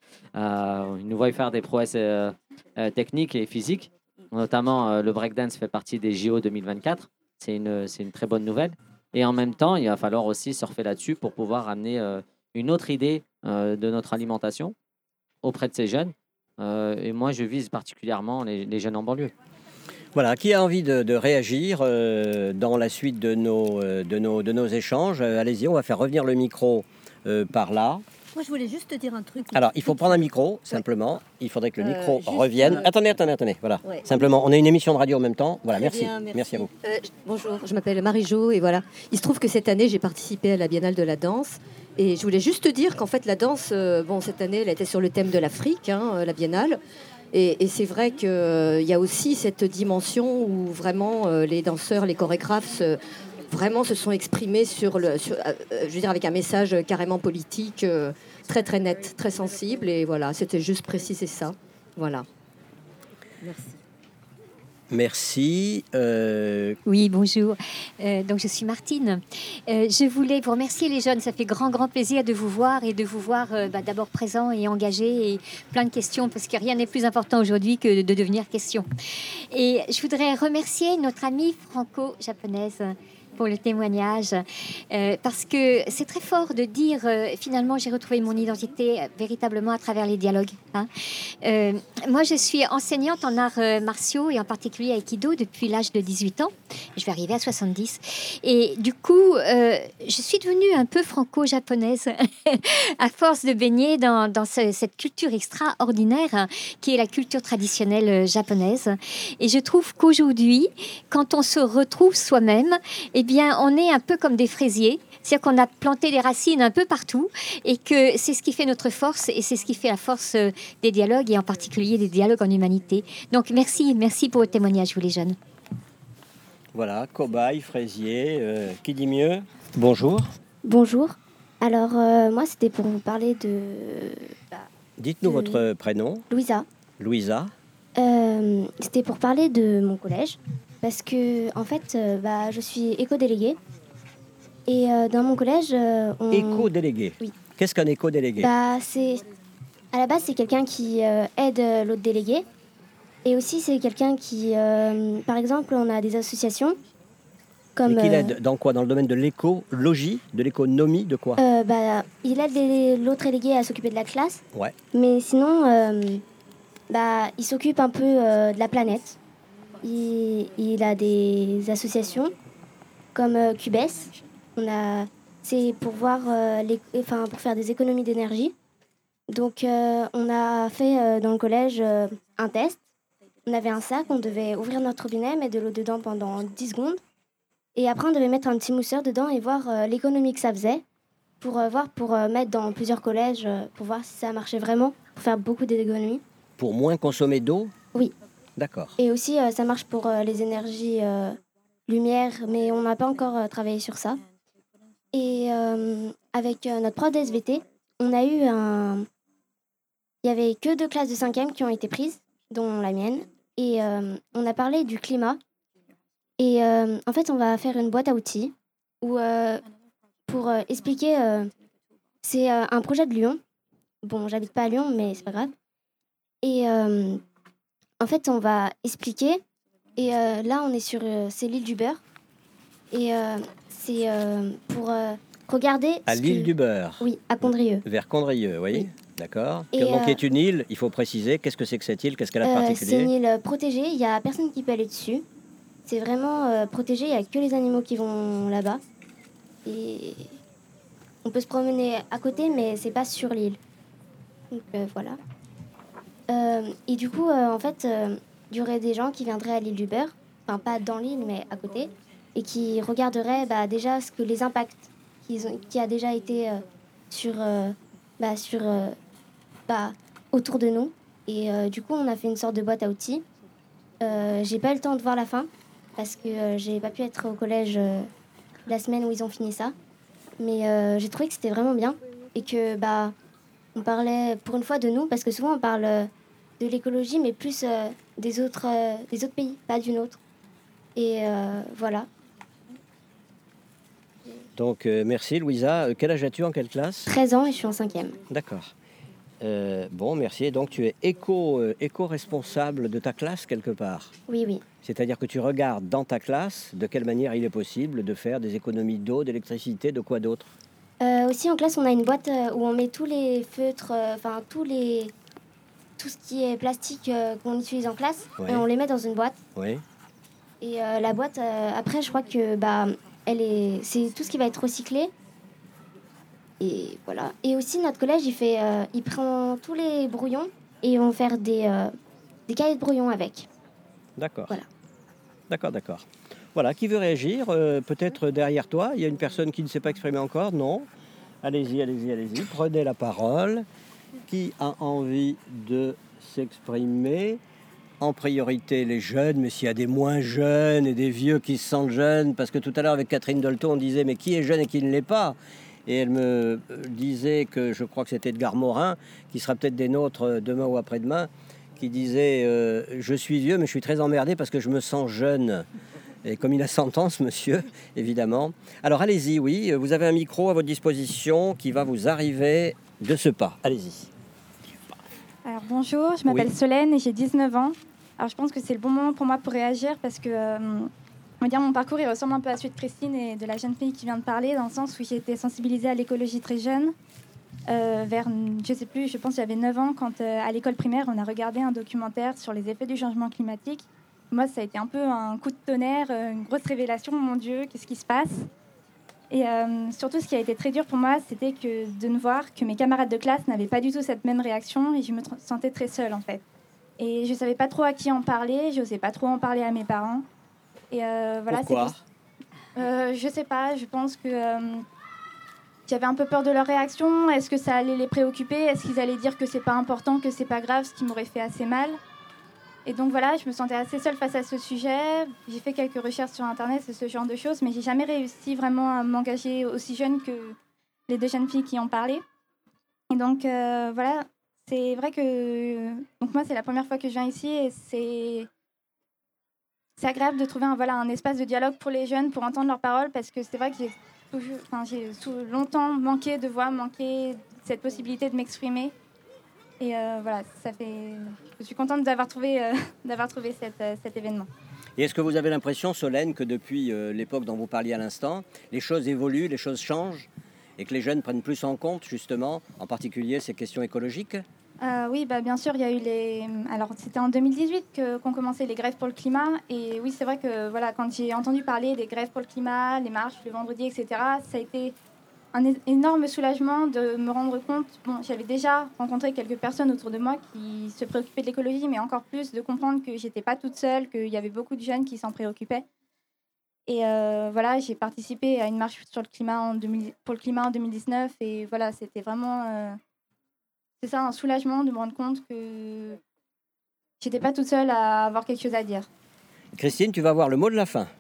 Euh, ils nous voient faire des prouesses euh, euh, techniques et physiques. Notamment, euh, le breakdance fait partie des J O deux mille vingt-quatre. C'est une, c'est une très bonne nouvelle. Et en même temps, il va falloir aussi surfer là-dessus pour pouvoir amener euh, une autre idée euh, de notre alimentation auprès de ces jeunes. Euh, et moi, je vise particulièrement les, les jeunes en banlieue. Voilà, qui a envie de, de réagir euh, dans la suite de nos, euh, de nos, de nos échanges? euh, Allez-y, on va faire revenir le micro euh, par là. Moi, je voulais juste te dire un truc. Alors, il faut prendre un micro, simplement. Ouais. Il faudrait que le euh, micro juste, revienne. Euh... Attendez, attendez, attendez. Voilà. Ouais. Simplement, on a une émission de radio en même temps. Voilà, merci. Bien, merci. Merci à vous. Euh, bonjour, je m'appelle Marie-Jo et voilà. Il se trouve que cette année, j'ai participé à la Biennale de la danse. Et je voulais juste te dire qu'en fait, la danse, euh, bon, cette année, elle était sur le thème de l'Afrique, hein, la Biennale. Et, et c'est vrai qu'il euh, y a aussi cette dimension où vraiment euh, les danseurs, les chorégraphes se, vraiment se sont exprimés sur le, sur, euh, je veux dire, avec un message carrément politique euh, très très net, très sensible. Et voilà, c'était juste préciser ça. Voilà. Merci. Merci. Euh... Oui, bonjour. Euh, donc, je suis Martine. Euh, je voulais vous remercier, les jeunes. Ça fait grand, grand plaisir de vous voir et de vous voir euh, bah, d'abord présents et engagés et plein de questions, parce que rien n'est plus important aujourd'hui que de devenir question. Et je voudrais remercier notre amie franco-japonaise pour le témoignage, euh, parce que c'est très fort de dire euh, finalement j'ai retrouvé mon identité euh, véritablement à travers les dialogues. Hein. Euh, moi je suis enseignante en arts euh, martiaux et en particulier Aikido depuis l'âge de dix-huit ans. Je vais arriver à soixante-dix. Et du coup, euh, je suis devenue un peu franco-japonaise à force de baigner dans, dans ce, cette culture extraordinaire hein, qui est la culture traditionnelle euh, japonaise. Et je trouve qu'aujourd'hui, quand on se retrouve soi-même, eh bien, on est un peu comme des fraisiers. C'est-à-dire qu'on a planté des racines un peu partout et que c'est ce qui fait notre force et c'est ce qui fait la force des dialogues et en particulier des dialogues en humanité. Donc, merci, merci pour votre témoignage, vous les jeunes. Voilà, cobaye, fraisier, euh, qui dit mieux? Bonjour. Bonjour. Alors, euh, moi, c'était pour vous parler de... Bah, Dites-nous de... votre prénom. Louisa. Louisa. Euh, c'était pour parler de mon collège. Parce que, en fait, euh, bah, je suis éco-déléguée. Et euh, dans mon collège, euh, on... Éco-délégué. Oui. Qu'est-ce qu'un éco-délégué? Bah, c'est... À la base, c'est quelqu'un qui euh, aide l'autre délégué. Et aussi, c'est quelqu'un qui... Euh, par exemple, on a des associations comme... Et qu'il euh, aide dans quoi? Dans le domaine de l'écologie, de l'économie, de quoi? euh, bah, il aide les- l'autre délégué à s'occuper de la classe. Ouais. Mais sinon, euh, bah, il s'occupe un peu euh, de la planète. Il, il a des associations comme euh, Cubes. On a, c'est pour voir, euh, les, enfin, pour faire des économies d'énergie. Donc, euh, on a fait euh, dans le collège euh, un test. On avait un sac, on devait ouvrir notre robinet, mettre de l'eau dedans pendant dix secondes. Et après, on devait mettre un petit mousseur dedans et voir euh, l'économie que ça faisait. Pour euh, voir, pour euh, mettre dans plusieurs collèges, euh, pour voir si ça marchait vraiment, pour faire beaucoup d'économies. Pour moins consommer d'eau? Oui. D'accord. Et aussi, euh, ça marche pour euh, les énergies euh, lumière, mais on n'a pas encore euh, travaillé sur ça. Et euh, avec euh, notre prof de S V T, on a eu un... Il y avait que deux classes de cinquième qui ont été prises, dont la mienne. Et euh, on a parlé du climat. Et euh, en fait, on va faire une boîte à outils où, euh, pour euh, expliquer... euh, c'est euh, un projet de Lyon. Bon, j'habite pas à Lyon, mais c'est pas grave. Et... Euh, En fait, on va expliquer. Et euh, là, on est sur... Euh, c'est l'île du Beurre. Et euh, c'est euh, pour euh, regarder... À ce l'île que- du Beurre. Oui, à Condrieu. Vers Condrieu, oui. D'accord. Et, Donc, euh, qui est une île, il faut préciser. Qu'est-ce que c'est que cette île? Qu'est-ce qu'elle a de Euh, particulier? c'est une île protégée. Il n'y a personne qui peut aller dessus. C'est vraiment euh, protégé. Il n'y a que les animaux qui vont là-bas. Et on peut se promener à côté, mais c'est pas sur l'île. Donc euh, voilà. Euh, et du coup, euh, en fait, euh, il y aurait des gens qui viendraient à l'île du Beurre, enfin pas dans l'île, mais à côté, et qui regarderaient bah, déjà ce que les impacts qu'ils ont, qui a déjà été euh, sur, euh, bah, sur euh, bah, autour de nous. Et euh, du coup, on a fait une sorte de boîte à outils. Euh, j'ai pas eu le temps de voir la fin parce que euh, j'ai pas pu être au collège euh, la semaine où ils ont fini ça. Mais euh, j'ai trouvé que c'était vraiment bien et que bah on parlait pour une fois de nous parce que souvent on parle euh, de l'écologie mais plus euh, des autres euh, des autres pays, pas du nôtre. Et euh, voilà. Donc, euh, merci Louisa. Euh, Quel âge as-tu, en quelle classe? treize ans et je suis en cinquième. D'accord. Euh, bon, merci. Donc, tu es éco, euh, éco-responsable de ta classe quelque part. Oui, oui. C'est-à-dire que tu regardes dans ta classe de quelle manière il est possible de faire des économies d'eau, d'électricité, de quoi d'autre? Euh, aussi en classe, on a une boîte euh, où on met tous les feutres, euh, enfin tous les tout ce qui est plastique euh, qu'on utilise en classe Ouais. et on les met dans une boîte. Oui. Et euh, la boîte, euh, après, je crois que bah elle est, c'est tout ce qui va être recyclé. Et voilà. Et aussi notre collège, il fait, euh, il prend tous les brouillons et on va faire des euh, des cahiers de brouillons avec. D'accord. Voilà. D'accord, d'accord. Voilà, qui veut réagir? Euh, Peut-être derrière toi, il y a une personne qui ne s'est pas exprimée encore? Non? Allez-y, allez-y, allez-y. Prenez la parole. Qui a envie de s'exprimer? En priorité les jeunes, mais s'il y a des moins jeunes et des vieux qui se sentent jeunes, parce que tout à l'heure avec Catherine Dolto, on disait mais qui est jeune et qui ne l'est pas? Et elle me disait que je crois que c'était Edgar Morin, qui sera peut-être des nôtres demain ou après-demain, qui disait euh, « Je suis vieux, mais je suis très emmerdé parce que je me sens jeune ». Et comme il a cent ans, ce monsieur, évidemment. Alors, allez-y, oui, vous avez un micro à votre disposition qui va vous arriver de ce pas. Allez-y. Alors, bonjour, je m'appelle Oui. Solène et j'ai dix-neuf ans. Alors, je pense que c'est le bon moment pour moi pour réagir parce que euh, on va dire, mon parcours il ressemble un peu à celui de Christine et de la jeune fille qui vient de parler, dans le sens où j'ai été sensibilisée à l'écologie très jeune. Euh, vers, je sais plus, je pense que j'avais neuf ans quand euh, à l'école primaire, on a regardé un documentaire sur les effets du changement climatique. Moi, ça a été un peu un coup de tonnerre, une grosse révélation, mon Dieu, qu'est-ce qui se passe? Et euh, surtout, ce qui a été très dur pour moi, c'était que de ne voir que mes camarades de classe n'avaient pas du tout cette même réaction et je me tr- sentais très seule, en fait. Et je ne savais pas trop à qui en parler, je n'osais pas trop en parler à mes parents. Et euh, voilà, Pourquoi c'est pour... euh, Je ne sais pas, je pense que euh, j'avais un peu peur de leur réaction. Est-ce que ça allait les préoccuper? Est-ce qu'ils allaient dire que c'est pas important, que c'est pas grave, ce qui m'aurait fait assez mal? Et donc voilà, je me sentais assez seule face à ce sujet. J'ai fait quelques recherches sur Internet, ce genre de choses, mais j'ai jamais réussi vraiment à m'engager aussi jeune que les deux jeunes filles qui en parlaient. Et donc euh, voilà, c'est vrai que donc moi c'est la première fois que je viens ici et c'est c'est agréable de trouver un voilà un espace de dialogue pour les jeunes, pour entendre leurs paroles, parce que c'est vrai que j'ai toujours, enfin j'ai longtemps manqué de voix, manqué cette possibilité de m'exprimer. Et euh, voilà, ça fait. Je suis contente d'avoir trouvé, euh, d'avoir trouvé cette, euh, cet événement. Et est-ce que vous avez l'impression, Solène, que depuis euh, l'époque dont vous parliez à l'instant, les choses évoluent, les choses changent, et que les jeunes prennent plus en compte, justement, en particulier ces questions écologiques? euh, Oui, bah, bien sûr, il y a eu les. Alors, c'était en deux mille dix-huit que, qu'ont commencé les grèves pour le climat. Et oui, c'est vrai que voilà, quand j'ai entendu parler des grèves pour le climat, les marches le vendredi, et cetera, ça a été un énorme soulagement de me rendre compte. Bon, j'avais déjà rencontré quelques personnes autour de moi qui se préoccupaient de l'écologie, mais encore plus de comprendre que j'étais pas toute seule, qu'il y avait beaucoup de jeunes qui s'en préoccupaient. Et euh, voilà, j'ai participé à une marche sur le climat en deux mille, pour le climat en deux mille dix-neuf, et voilà, c'était vraiment, euh, c'est ça, un soulagement de me rendre compte que j'étais pas toute seule à avoir quelque chose à dire. Christine, tu vas avoir le mot de la fin.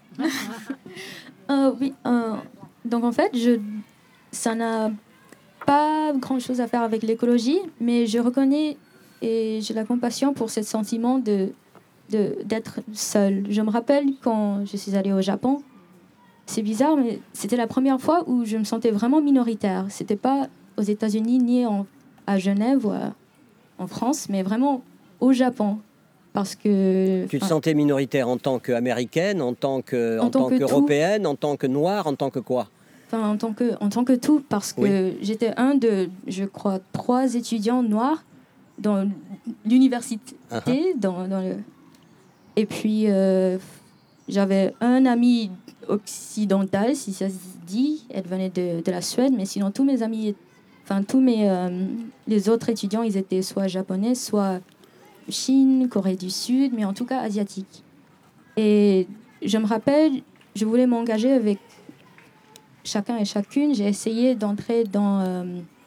euh, oui, euh, donc en fait, je ça n'a pas grand-chose à faire avec l'écologie, mais je reconnais et j'ai la compassion pour ce sentiment de, de, d'être seule. Je me rappelle quand je suis allée au Japon, c'est bizarre, mais c'était la première fois où je me sentais vraiment minoritaire. C'était pas aux États-Unis ni en, à Genève ou à, en France, mais vraiment au Japon. Parce que, tu te sentais minoritaire en tant qu'américaine, en tant, que, en, en tant, tant qu'européenne, en tant que noire, en tant que quoi? Enfin, en tant que, en tant que tout, parce que oui. J'étais un de, je crois, trois étudiants noirs dans l'université. Uh-huh. Dans, dans le... Et puis, euh, j'avais un ami occidental, si ça se dit. Elle venait de, de la Suède, mais sinon, tous mes amis, enfin, tous mes, euh, les autres étudiants, ils étaient soit japonais, soit Chine, Corée du Sud, mais en tout cas asiatiques. Et je me rappelle, je voulais m'engager avec chacun et chacune. J'ai essayé d'entrer dans euh,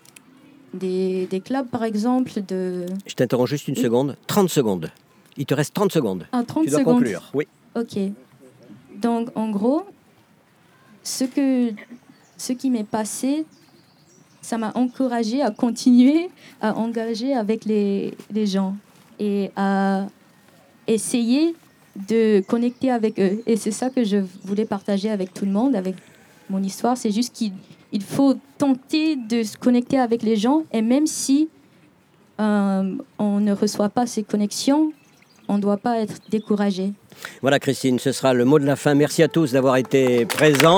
des, des clubs, par exemple. De... Je t'interromps juste une oui. seconde. trente secondes. Il te reste trente secondes. Ah, trente tu dois secondes. conclure. Oui. Ok. Donc, en gros, ce, que, ce qui m'est passé, ça m'a encouragée à continuer à engager avec les, les gens et à essayer de connecter avec eux. Et c'est ça que je voulais partager avec tout le monde, avec mon histoire. C'est juste qu'il il faut tenter de se connecter avec les gens, et même si euh, on ne reçoit pas ces connexions, on ne doit pas être découragé. Voilà, Christine, ce sera le mot de la fin. Merci à tous d'avoir été présents.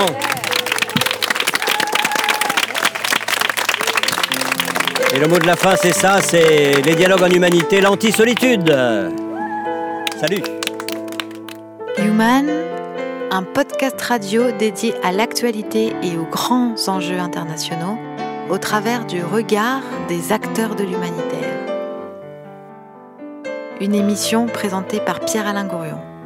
Et le mot de la fin, c'est ça, c'est les dialogues en humanité, l'anti-solitude. Salut. Human, un podcast radio dédié à l'actualité et aux grands enjeux internationaux au travers du regard des acteurs de l'humanitaire. Une émission présentée par Pierre-Alain Gourion.